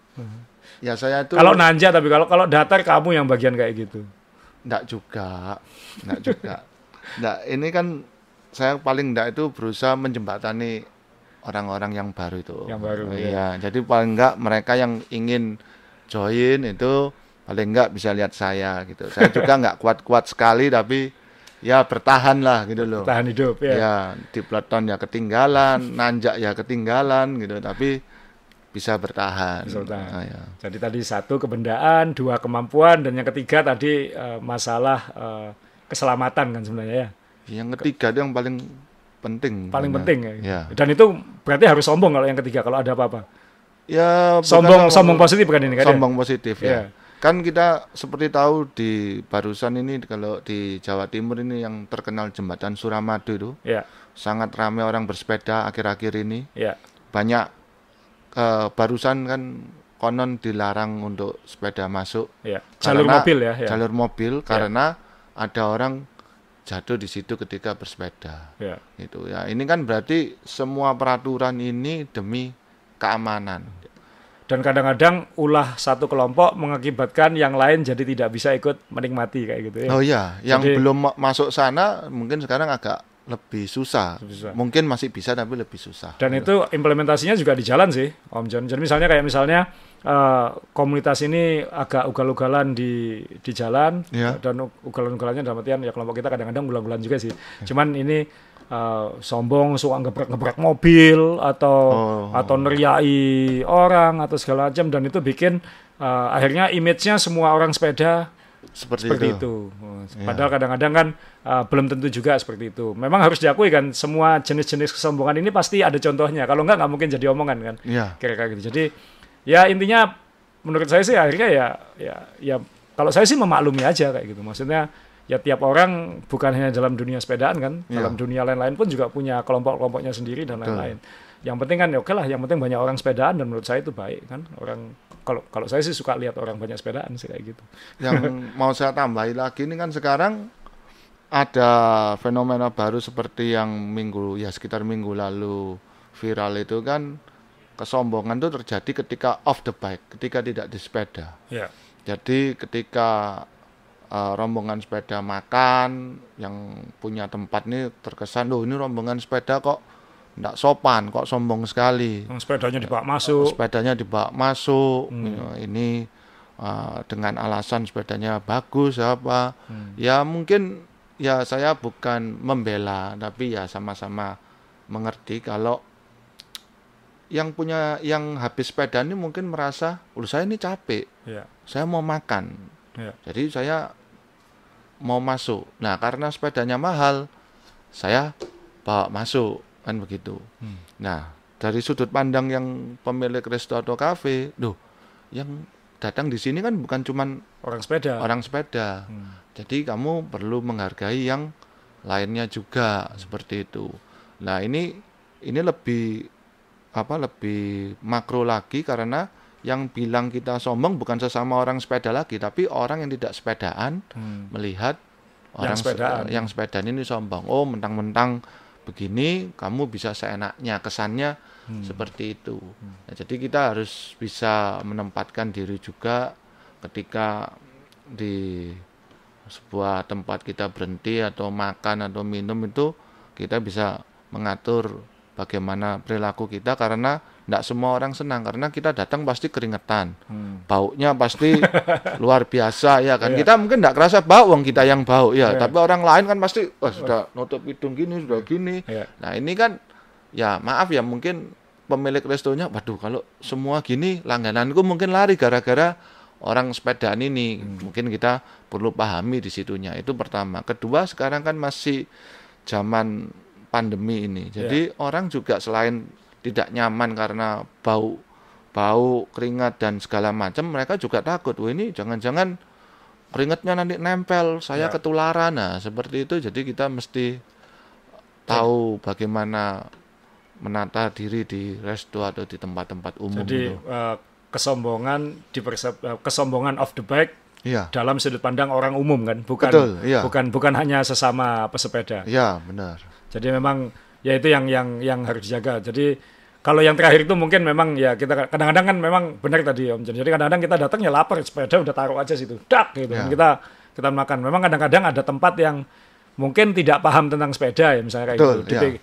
Ya saya tuh. Kalau nanja, tapi kalau datar kamu yang bagian kayak gitu. Nggak juga. Nggak, ini kan saya paling nggak itu berusaha menjembatani orang-orang yang baru itu. Yang baru, Iya, jadi paling enggak mereka yang ingin join itu paling enggak bisa lihat saya gitu. Saya juga enggak kuat-kuat sekali tapi ya bertahan lah gitu loh. Tahan hidup ya. Ya, di peloton ya ketinggalan, nanjak ya ketinggalan gitu, tapi bisa bertahan. Bisa bertahan. Ya. Jadi tadi 1 kebendaan, 2 kemampuan, dan yang ketiga tadi masalah keselamatan kan sebenarnya ya. Yang ketiga itu yang paling penting. Paling benar. penting ya. Ya. Dan itu berarti harus sombong kalau yang ketiga kalau ada apa-apa. Ya, Sombong positif kan ini kan? Sombong positif ya. Ya. Kan kita seperti tahu di barusan ini kalau di Jawa Timur ini yang terkenal jembatan Suramadu itu Ya. sangat ramai orang bersepeda akhir-akhir ini. Ya. Banyak barusan kan konon dilarang untuk sepeda masuk. Ya. Jalur mobil ya. Jalur mobil karena ada orang jatuh di situ ketika bersepeda. Ya. Gitu ya. Ini kan berarti semua peraturan ini demi keamanan. Dan kadang-kadang ulah satu kelompok mengakibatkan yang lain jadi tidak bisa ikut menikmati kayak gitu ya. Oh iya, yang Jadi, belum masuk sana mungkin sekarang agak lebih susah. Susah. Mungkin masih bisa tapi lebih susah. dan itu implementasinya juga di jalan sih, Om John. Jadi misalnya komunitas ini agak ugal-ugalan di jalan, Ya. dan ugalan-ugalannya dalam artian ya kelompok kita kadang-kadang ugal-ugalan juga sih. Cuman ini sombong, suka ngebrak-ngebrak mobil atau neriai orang atau segala macam, dan itu bikin akhirnya image-nya semua orang sepeda seperti itu. Padahal kadang-kadang kan belum tentu juga seperti itu. Memang harus diakui kan semua jenis-jenis kesombongan ini pasti ada contohnya. Kalau nggak mungkin jadi omongan kan. Ya. Kira-kira gitu. Jadi ya intinya menurut saya sih akhirnya ya kalau saya sih memaklumi aja kayak gitu. Maksudnya ya tiap orang bukan hanya dalam dunia sepedaan kan, dalam dunia lain-lain pun juga punya kelompok-kelompoknya sendiri dan lain-lain. Yang penting kan ya oke lah, yang penting banyak orang sepedaan, dan menurut saya itu baik kan. Orang kalau saya sih suka lihat orang banyak sepedaan sih kayak gitu. Yang mau saya tambahin lagi ini kan sekarang ada fenomena baru seperti yang sekitar minggu lalu viral itu kan, kesombongan itu terjadi ketika off the bike, ketika tidak di sepeda. Ya. Jadi ketika rombongan sepeda makan yang punya tempat ini terkesan, loh ini rombongan sepeda kok nggak sopan, kok sombong sekali. Sepedanya dibawa masuk. Sepedanya dibawa masuk, ini dengan alasan sepedanya bagus apa. Ya mungkin ya saya bukan membela, tapi ya sama-sama mengerti kalau yang habis sepeda ini mungkin merasa, saya ini capek, saya mau makan, jadi saya mau masuk. Nah karena sepedanya mahal, saya bawa masuk. Kan begitu. Nah, dari sudut pandang yang pemilik resto atau kafe, yang datang di sini kan bukan cuman orang sepeda. Jadi kamu perlu menghargai yang lainnya juga seperti itu. Nah, ini lebih makro lagi karena yang bilang kita sombong bukan sesama orang sepeda lagi, tapi orang yang tidak sepedaan melihat orang yang sepedaan ini sombong. Oh, mentang-mentang begini kamu bisa seenaknya, kesannya seperti itu. Nah, jadi kita harus bisa menempatkan diri juga ketika di sebuah tempat kita berhenti atau makan atau minum, itu kita bisa mengatur bagaimana perilaku kita, karena tidak semua orang senang, karena kita datang pasti keringetan, baunya pasti luar biasa ya kan. Kita mungkin tidak kerasa bau, kita yang bau ya, tapi orang lain kan pasti sudah nutup hidung gini, sudah gini. Nah ini kan ya maaf ya, mungkin pemilik restonya, waduh kalau semua gini langgananku mungkin lari gara-gara orang sepedaan ini. Mungkin kita perlu pahami di situnya. Itu pertama. Kedua, sekarang kan masih zaman pandemi ini, jadi orang juga selain tidak nyaman karena bau keringat dan segala macam, mereka juga takut, ini jangan-jangan keringatnya nanti nempel, saya ketularan. Nah seperti itu. Jadi kita mesti tahu bagaimana menata diri di resto atau di tempat-tempat umum. Jadi kesombongan off the bike dalam sudut pandang orang umum kan, bukan hanya sesama pesepeda. Ya benar. Jadi memang ya itu yang harus dijaga. Jadi kalau yang terakhir itu mungkin memang ya kita kadang-kadang kan memang benar tadi Om John. Jadi kadang-kadang kita datang ya lapar, sepeda udah taruh aja situ, dak gitu. Kita makan. Memang kadang-kadang ada tempat yang mungkin tidak paham tentang sepeda ya, misalnya kayak gitu.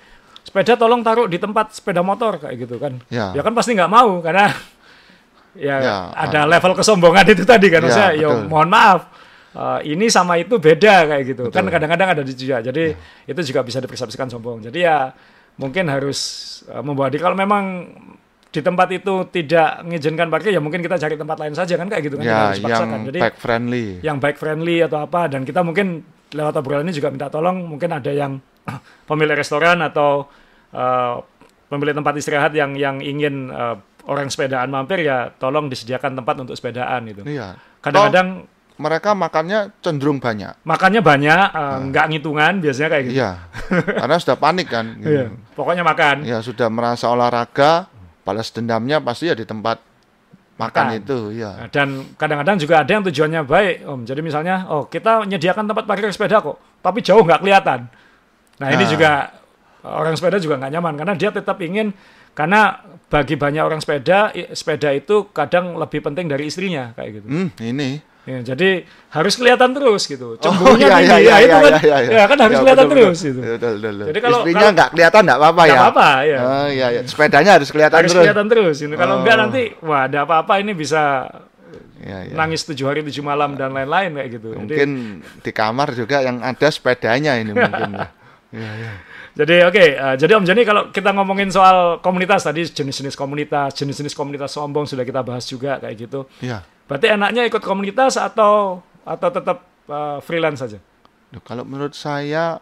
sepeda tolong taruh di tempat sepeda motor kayak gitu kan. Ya. Ya kan pasti nggak mau karena ya, Ya, ada level kesombongan itu tadi kan. Ya, Maksudnya, ya betul. mohon maaf. Ini sama itu beda kayak gitu. Betul. Kan kadang-kadang ada di juga. Jadi itu juga bisa dipersepsikan sombong. Jadi ya mungkin harus membawa diri. Kalau memang di tempat itu tidak mengizinkan parkir, ya mungkin kita cari tempat lain saja kan kayak gitu kan. Tidak Ya, harus dipaksakan. yang Jadi bike friendly. yang bike friendly atau apa, dan kita mungkin lewat obrolan ini juga minta tolong, mungkin ada yang pemilik restoran atau pemilik tempat istirahat yang ingin orang sepedaan mampir, ya tolong disediakan tempat untuk sepedaan gitu. Iya. Kadang-kadang Mereka makannya cenderung banyak. makannya banyak, nggak ngitungan biasanya kayak gitu. Iya. Karena sudah panik kan. Gitu. Iya, pokoknya makan. Ya sudah merasa olahraga, balas dendamnya pasti ya di tempat makan itu, ya. Nah, dan kadang-kadang juga ada yang tujuannya baik, Om. Jadi misalnya, kita menyediakan tempat parkir sepeda kok, tapi jauh nggak kelihatan. Nah, ini juga orang sepeda juga nggak nyaman, karena dia tetap ingin, karena bagi banyak orang sepeda itu kadang lebih penting dari istrinya, kayak gitu. Ini. Ya, jadi harus kelihatan terus gitu. Cemburunya tinggi, iya, itu kan, iya. ya kan harus Ya, kelihatan betul, terus gitu. Betul. Jadi kalau istrinya nggak kelihatan nggak apa-apa ya. Nggak apa-apa, ya. Oh, iya. Sepedanya harus kelihatan Harus terus. kelihatan terus. Ini kalau enggak nanti, wah ada apa-apa ini bisa Ya. nangis 7 hari 7 malam dan lain-lain kayak gitu. Mungkin di kamar juga yang ada sepedanya ini mungkin. Ya. Jadi jadi Om Joni, kalau kita ngomongin soal komunitas tadi, jenis-jenis komunitas sombong sudah kita bahas juga kayak gitu. Iya. Berarti enaknya ikut komunitas atau tetap freelance saja? Kalau menurut saya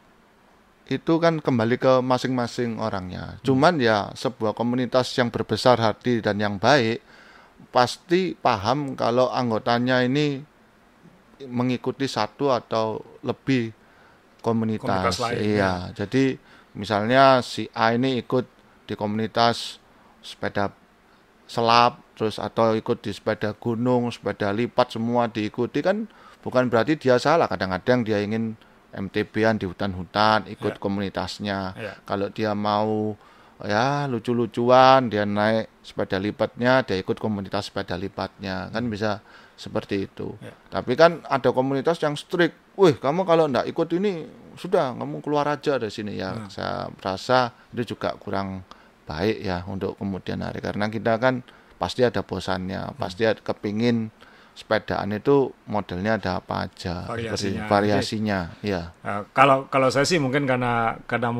itu kan kembali ke masing-masing orangnya. Cuman ya sebuah komunitas yang berbesar hati dan yang baik pasti paham kalau anggotanya ini mengikuti satu atau lebih komunitas. Lain. Iya, jadi misalnya si A ini ikut di komunitas sepeda selap, terus atau ikut di sepeda gunung, sepeda lipat, semua diikuti, kan bukan berarti dia salah. Kadang-kadang dia ingin MTB-an di hutan-hutan, ikut komunitasnya. Kalau dia mau ya lucu-lucuan, dia naik sepeda lipatnya, dia ikut komunitas sepeda lipatnya, kan bisa seperti itu. Tapi kan ada komunitas yang strict. Wih, kamu kalau enggak ikut ini sudah, kamu keluar aja dari sini ya. Saya rasa itu juga kurang baik ya untuk kemudian hari, karena kita kan pasti ada bosannya, pasti ada kepingin sepedaan itu modelnya ada apa aja, variasinya. Ya. Kalau saya sih mungkin karena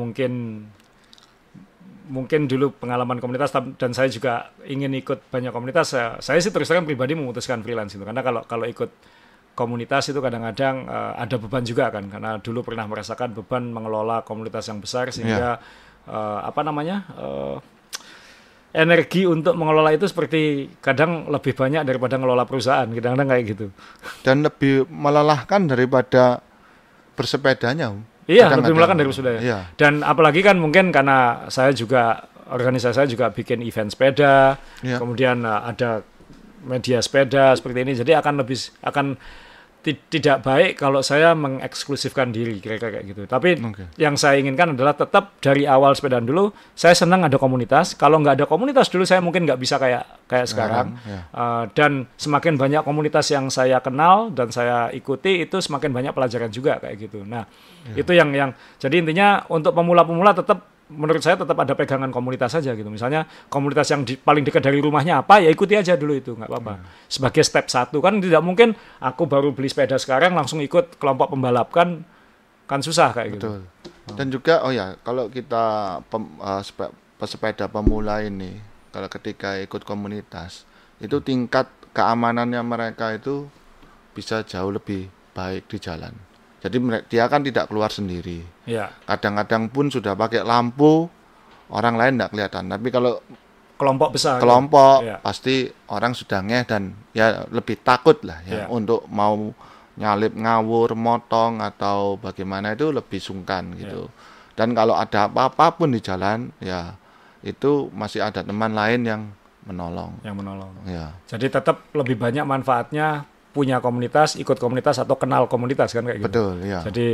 mungkin dulu pengalaman komunitas, dan saya juga ingin ikut banyak komunitas. Saya sih terus terang pribadi memutuskan freelance itu, karena kalau ikut komunitas itu kadang-kadang ada beban juga kan, karena dulu pernah merasakan beban mengelola komunitas yang besar, sehingga energi untuk mengelola itu seperti kadang lebih banyak daripada mengelola perusahaan, kadang-kadang kayak gitu. Dan lebih melelahkan daripada bersepedanya. Iya, lebih melelahkan dari bersepeda. Iya. Dan apalagi kan mungkin karena saya juga, organisasi saya juga bikin event sepeda, kemudian ada media sepeda seperti ini, jadi akan tidak baik kalau saya mengeksklusifkan diri kira-kira kayak gitu. Tapi yang saya inginkan adalah tetap dari awal sepedaan dulu saya senang ada komunitas. Kalau nggak ada komunitas dulu saya mungkin nggak bisa kayak sekarang. Dan semakin banyak komunitas yang saya kenal dan saya ikuti, itu semakin banyak pelajaran juga kayak gitu. Nah, itu yang jadi intinya untuk pemula-pemula tetap, menurut saya tetap ada pegangan komunitas saja gitu. Misalnya komunitas yang paling dekat dari rumahnya apa, ya ikuti aja dulu itu, nggak apa-apa. Sebagai step 1, kan tidak mungkin aku baru beli sepeda sekarang langsung ikut kelompok pembalap, kan susah kayak gitu. Dan juga kalau kita pesepeda pemula ini, kalau ketika ikut komunitas itu tingkat keamanannya mereka itu bisa jauh lebih baik di jalan. Jadi dia kan tidak keluar sendiri. Kadang-kadang pun sudah pakai lampu, orang lain tidak kelihatan. Tapi kalau kelompok besar, pasti orang sudah ngeh dan ya lebih takut lah ya untuk mau nyalip ngawur, motong atau bagaimana, itu lebih sungkan gitu. Dan kalau ada apa-apa pun di jalan, ya itu masih ada teman lain yang menolong. Ya. Jadi tetap lebih banyak manfaatnya punya komunitas, ikut komunitas atau kenal komunitas kan kayak gitu. Betul, ya. Jadi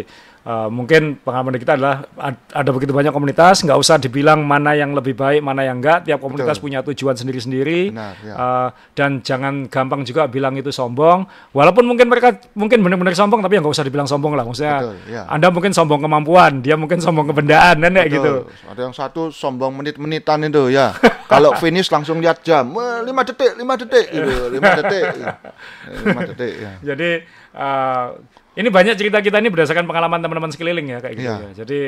mungkin pengalaman kita adalah ada begitu banyak komunitas, nggak usah dibilang mana yang lebih baik, mana yang enggak. Tiap komunitas punya tujuan sendiri-sendiri. Benar, ya. Dan jangan gampang juga bilang itu sombong. Walaupun mungkin mereka mungkin benar-benar sombong, tapi ya nggak usah dibilang sombong lah. Maksudnya Betul, ya. Anda mungkin sombong kemampuan, dia mungkin sombong kebendaan, kan kayak gitu. Ada yang satu sombong menit-menitan itu ya. Kalau finish langsung lihat jam, 5 detik gitu, 5 detik. 5 detik ya. Jadi ini banyak cerita kita ini berdasarkan pengalaman teman-teman sekeliling ya kayak gitu Iya. ya. Jadi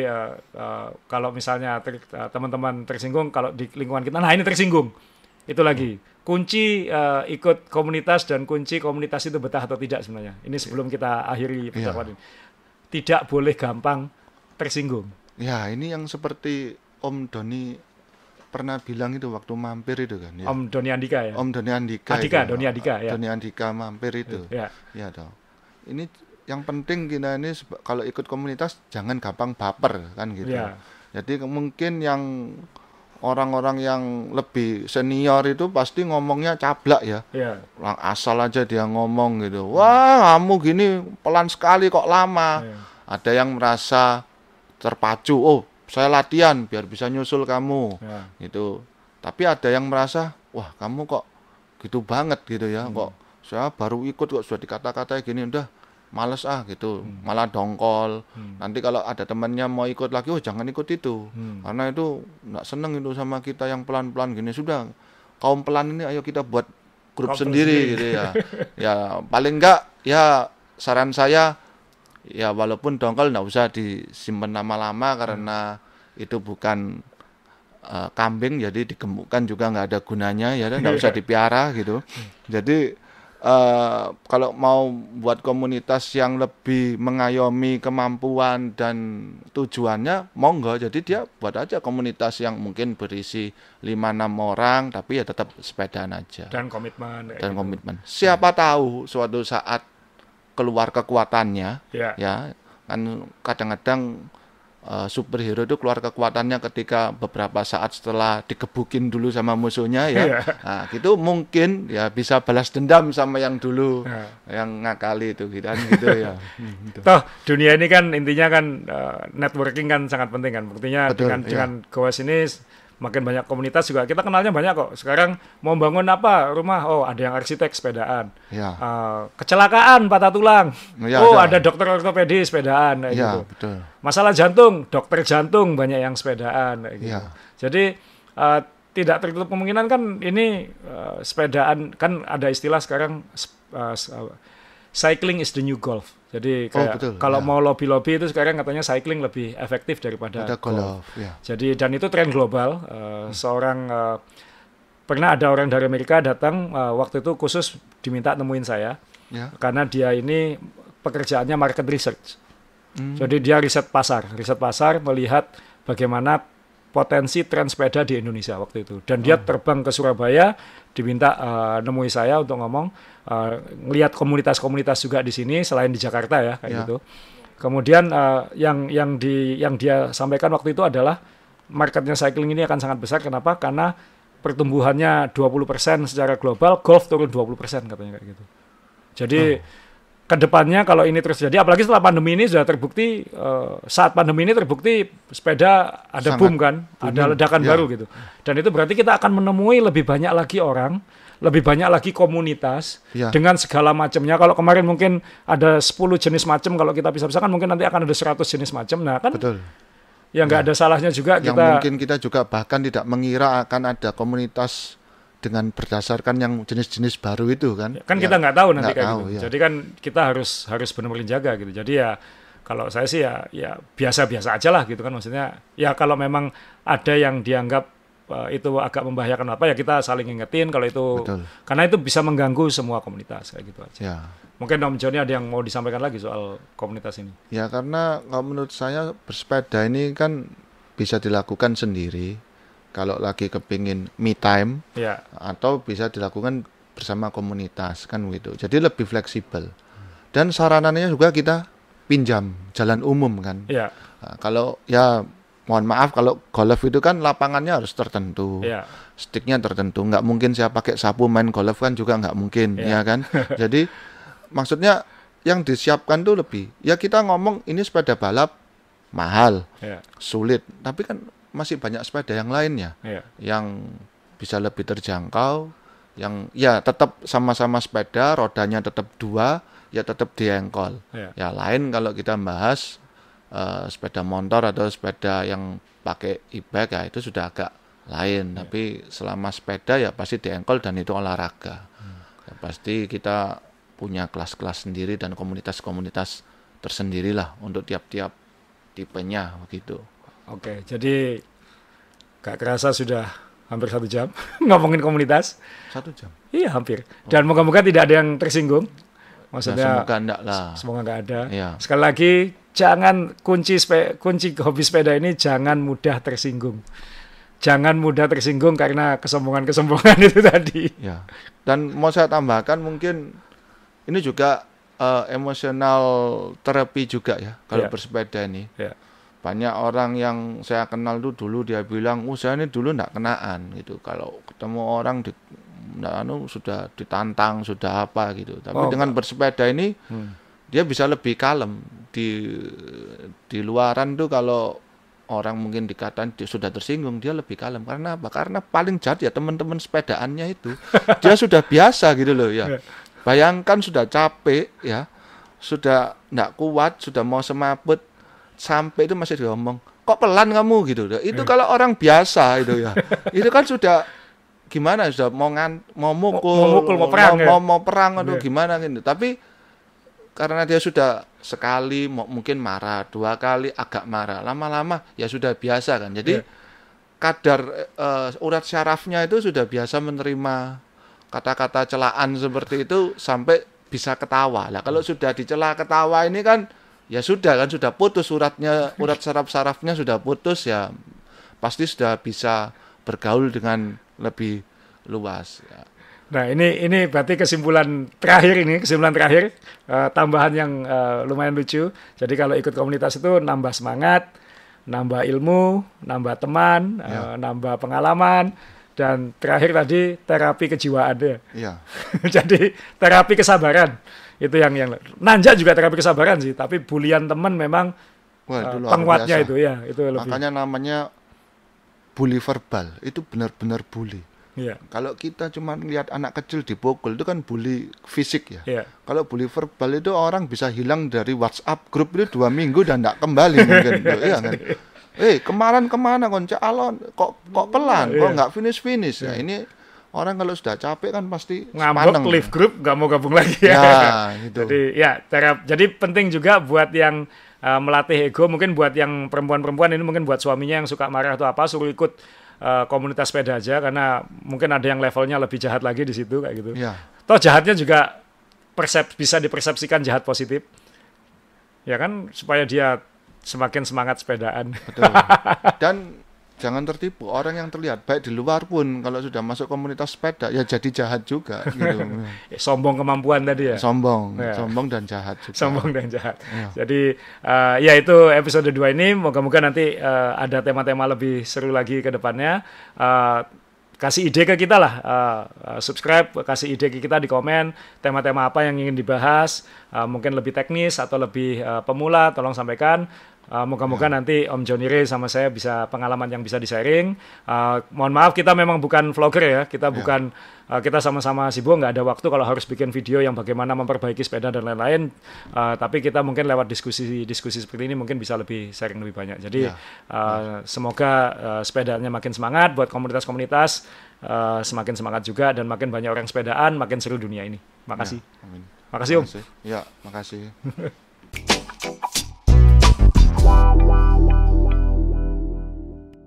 kalau misalnya teman-teman tersinggung kalau di lingkungan kita, nah ini tersinggung. Itu lagi kunci ikut komunitas dan kunci komunitas itu betah atau tidak sebenarnya. Ini sebelum kita akhiri percakapan ini. Tidak boleh gampang tersinggung. Ya, ini yang seperti Om Doni pernah bilang itu waktu mampir itu kan ya. Om Doni Andika ya. Om Doni Andika. Doni Andika ya. Doni Andika mampir itu. Ya. Ya toh. Ini yang penting kita ini kalau ikut komunitas jangan gampang baper kan gitu. Ya. Jadi mungkin yang orang-orang yang lebih senior itu pasti ngomongnya cablak ya. Ya. Asal aja dia ngomong gitu. Wah, kamu gini pelan sekali kok lama. Ya. Ada yang merasa terpacu. Oh, saya latihan biar bisa nyusul kamu. Ya. Gitu. Tapi ada yang merasa, wah, kamu kok gitu banget gitu ya. Kok saya baru ikut kok sudah dikata-katai gini, udah males gitu, malah dongkol. Nanti kalau ada temannya mau ikut lagi, oh jangan ikut itu, karena itu nggak seneng itu sama kita yang pelan-pelan gini. Sudah, kaum pelan ini ayo kita buat grup sendiri gitu ya. Ya paling enggak ya saran saya ya walaupun dongkol nggak usah disimpan lama-lama karena itu bukan kambing, jadi digemukkan juga nggak ada gunanya ya, nggak usah dipiara gitu. Jadi kalau mau buat komunitas yang lebih mengayomi kemampuan dan tujuannya, monggo. Jadi dia buat aja komunitas yang mungkin berisi 5-6 orang, tapi ya tetap sepedaan aja. Dan komitmen. Dan komitmen. Siapa tahu suatu saat keluar kekuatannya, ya kan kadang-kadang superhero itu keluar kekuatannya ketika beberapa saat setelah digebukin dulu sama musuhnya ya. Nah, gitu mungkin ya bisa balas dendam sama yang dulu yang ngakali itu gitu ya. Toh dunia ini kan intinya kan networking kan sangat penting kan. Buktinya dengan Goes ini makin banyak komunitas juga kita kenalnya banyak kok. Sekarang mau bangun apa rumah, oh ada yang arsitek sepedaan. Kecelakaan patah tulang, ada dokter ortopedis sepedaan kayak gitu. Betul. Masalah jantung, dokter jantung banyak yang sepedaan kayak gitu. Jadi tidak tertutup kemungkinan kan ini sepedaan kan ada istilah sekarang cycling is the new golf. Jadi kayak kalau mau lobby-lobby itu sekarang katanya cycling lebih efektif daripada golf. Jadi dan itu tren global. Pernah ada orang dari Amerika datang waktu itu khusus diminta nemuin saya karena dia ini pekerjaannya market research. Jadi dia riset pasar melihat bagaimana potensi tren sepeda di Indonesia waktu itu. Dan dia terbang ke Surabaya, diminta nemui saya untuk ngomong, ngelihat komunitas-komunitas juga di sini selain di Jakarta ya kayak gitu. Kemudian yang dia sampaikan waktu itu adalah marketnya cycling ini akan sangat besar. Kenapa? Karena pertumbuhannya 20% secara global, golf turun 20% katanya kayak gitu. Jadi kedepannya kalau ini terus jadi, apalagi setelah pandemi ini sudah terbukti, saat pandemi ini terbukti sepeda ada boom kan, ada ledakan baru gitu. Dan itu berarti kita akan menemui lebih banyak lagi orang, lebih banyak lagi komunitas dengan segala macamnya. Kalau kemarin mungkin ada 10 jenis macam, kalau kita bisa-bisa kan mungkin nanti akan ada 100 jenis macam. Nah kan ya nggak ada salahnya juga yang mungkin kita juga bahkan tidak mengira akan ada komunitas dengan berdasarkan yang jenis-jenis baru itu kan kita nggak tahu nanti kayak gitu. Jadi kan kita harus benar-benar jaga gitu. Jadi ya kalau saya sih ya biasa-biasa aja lah gitu kan, maksudnya ya kalau memang ada yang dianggap itu agak membahayakan apa ya kita saling ingetin kalau itu. Karena itu bisa mengganggu semua komunitas kayak gitu aja. Mungkin Om Joni ada yang mau disampaikan lagi soal komunitas ini. Ya karena kalau menurut saya bersepeda ini kan bisa dilakukan sendiri kalau lagi kepingin me time, atau bisa dilakukan bersama komunitas kan gitu. Jadi lebih fleksibel. Dan saranannya juga kita pinjam jalan umum kan. Nah, kalau ya mohon maaf kalau golf itu kan lapangannya harus tertentu, sticknya tertentu. Nggak mungkin saya pakai sapu main golf kan juga nggak mungkin, ya kan. Jadi maksudnya yang disiapkan tuh lebih. Ya kita ngomong ini sepeda balap mahal, sulit, tapi kan masih banyak sepeda yang lainnya yang bisa lebih terjangkau, yang ya tetap sama-sama sepeda, rodanya tetap 2, ya tetap diengkol. Ya lain kalau kita bahas sepeda motor atau sepeda yang pakai e-bike, ya itu sudah agak lain. Tapi selama sepeda ya pasti diengkol dan itu olahraga. Ya, pasti kita punya kelas-kelas sendiri dan komunitas-komunitas tersendirilah untuk tiap-tiap tipenya begitu. Oke, jadi gak kerasa sudah hampir 1 jam ngomongin komunitas. 1 jam? Iya, hampir. Dan moga-moga tidak ada yang tersinggung. Maksudnya semoga enggak lah. Semoga enggak ada. Ya. Sekali lagi, jangan kunci hobi sepeda ini jangan mudah tersinggung. Jangan mudah tersinggung karena kesombongan-kesombongan itu tadi. Ya. Dan mau saya tambahkan mungkin ini juga emosional terapi juga ya kalau bersepeda ini. Banyak orang yang saya kenal tuh dulu dia bilang, saya ini dulu enggak kenaan gitu. Kalau ketemu orang sudah ditantang, sudah apa gitu. Tapi dengan bersepeda ini dia bisa lebih kalem. Di luaran tuh kalau orang mungkin dikatain sudah tersinggung, dia lebih kalem. Karena apa? Karena paling jahat ya teman-teman sepedaannya itu. Dia sudah biasa gitu loh ya. Bayangkan sudah capek ya, sudah enggak kuat, sudah mau semaput, sampai itu masih diomong, kok pelan kamu gitu. Itu kalau orang biasa itu ya. Itu kan sudah gimana, sudah mau mukul, mau perang atau gimana gitu. Tapi karena dia sudah sekali mungkin marah, 2 kali agak marah, lama-lama ya sudah biasa kan. Jadi kadar urat syarafnya itu sudah biasa menerima kata-kata celaan seperti itu sampai bisa ketawa. Lah kalau sudah dicela ketawa ini kan ya sudah kan, sudah putus urat saraf-sarafnya sudah putus ya, pasti sudah bisa bergaul dengan lebih luas ya. Nah ini berarti kesimpulan terakhir, tambahan yang lumayan lucu. Jadi kalau ikut komunitas itu nambah semangat, nambah ilmu, nambah teman, nambah pengalaman, dan terakhir tadi terapi kejiwaan ya. Jadi terapi kesabaran. Itu yang nanjak juga terapi kesabaran sih, tapi bulian teman memang penguatnya itu ya, itu lebih. Makanya namanya bully verbal, itu benar-benar bully. Kalau kita cuma lihat anak kecil dipukul itu kan bully fisik ya. Kalau bully verbal itu orang bisa hilang dari WhatsApp grup itu 2 minggu dan enggak kembali mungkin. Iya kan. Kemarin kemana kon calon kok pelan, kok enggak finish ya. Ini orang kalau sudah capek kan pasti ngambek, leave grup, nggak mau gabung lagi ya. Gitu. Jadi penting juga buat yang melatih ego, mungkin buat yang perempuan-perempuan ini, mungkin buat suaminya yang suka marah atau apa, suruh ikut komunitas sepeda aja, karena mungkin ada yang levelnya lebih jahat lagi di situ kayak gitu. Toh jahatnya juga bisa dipersepsikan jahat positif, ya kan, supaya dia semakin semangat sepedaan. Betul. Dan jangan tertipu, orang yang terlihat baik di luar pun kalau sudah masuk komunitas sepeda ya jadi jahat juga gitu. Sombong kemampuan tadi ya. Sombong dan jahat juga. Sombong dan jahat. Jadi ya itu episode 2 ini, moga-moga nanti ada tema-tema lebih seru lagi ke depannya. Kasih ide ke kita lah, subscribe, kasih ide ke kita di komen, tema-tema apa yang ingin dibahas, mungkin lebih teknis atau lebih pemula, tolong sampaikan. Moga-moga nanti Om Johnny Ray sama saya bisa pengalaman yang bisa di-sharing. Mohon maaf, kita memang bukan vlogger ya, kita bukan, kita sama-sama sibuk, nggak ada waktu kalau harus bikin video yang bagaimana memperbaiki sepeda dan lain-lain. Tapi kita mungkin lewat diskusi seperti ini mungkin bisa lebih sharing lebih banyak. Jadi semoga sepedanya makin semangat, buat komunitas-komunitas semakin semangat juga, dan makin banyak orang sepedaan, makin seru dunia ini. Makasih. Amin. Makasih Om. Ya, makasih.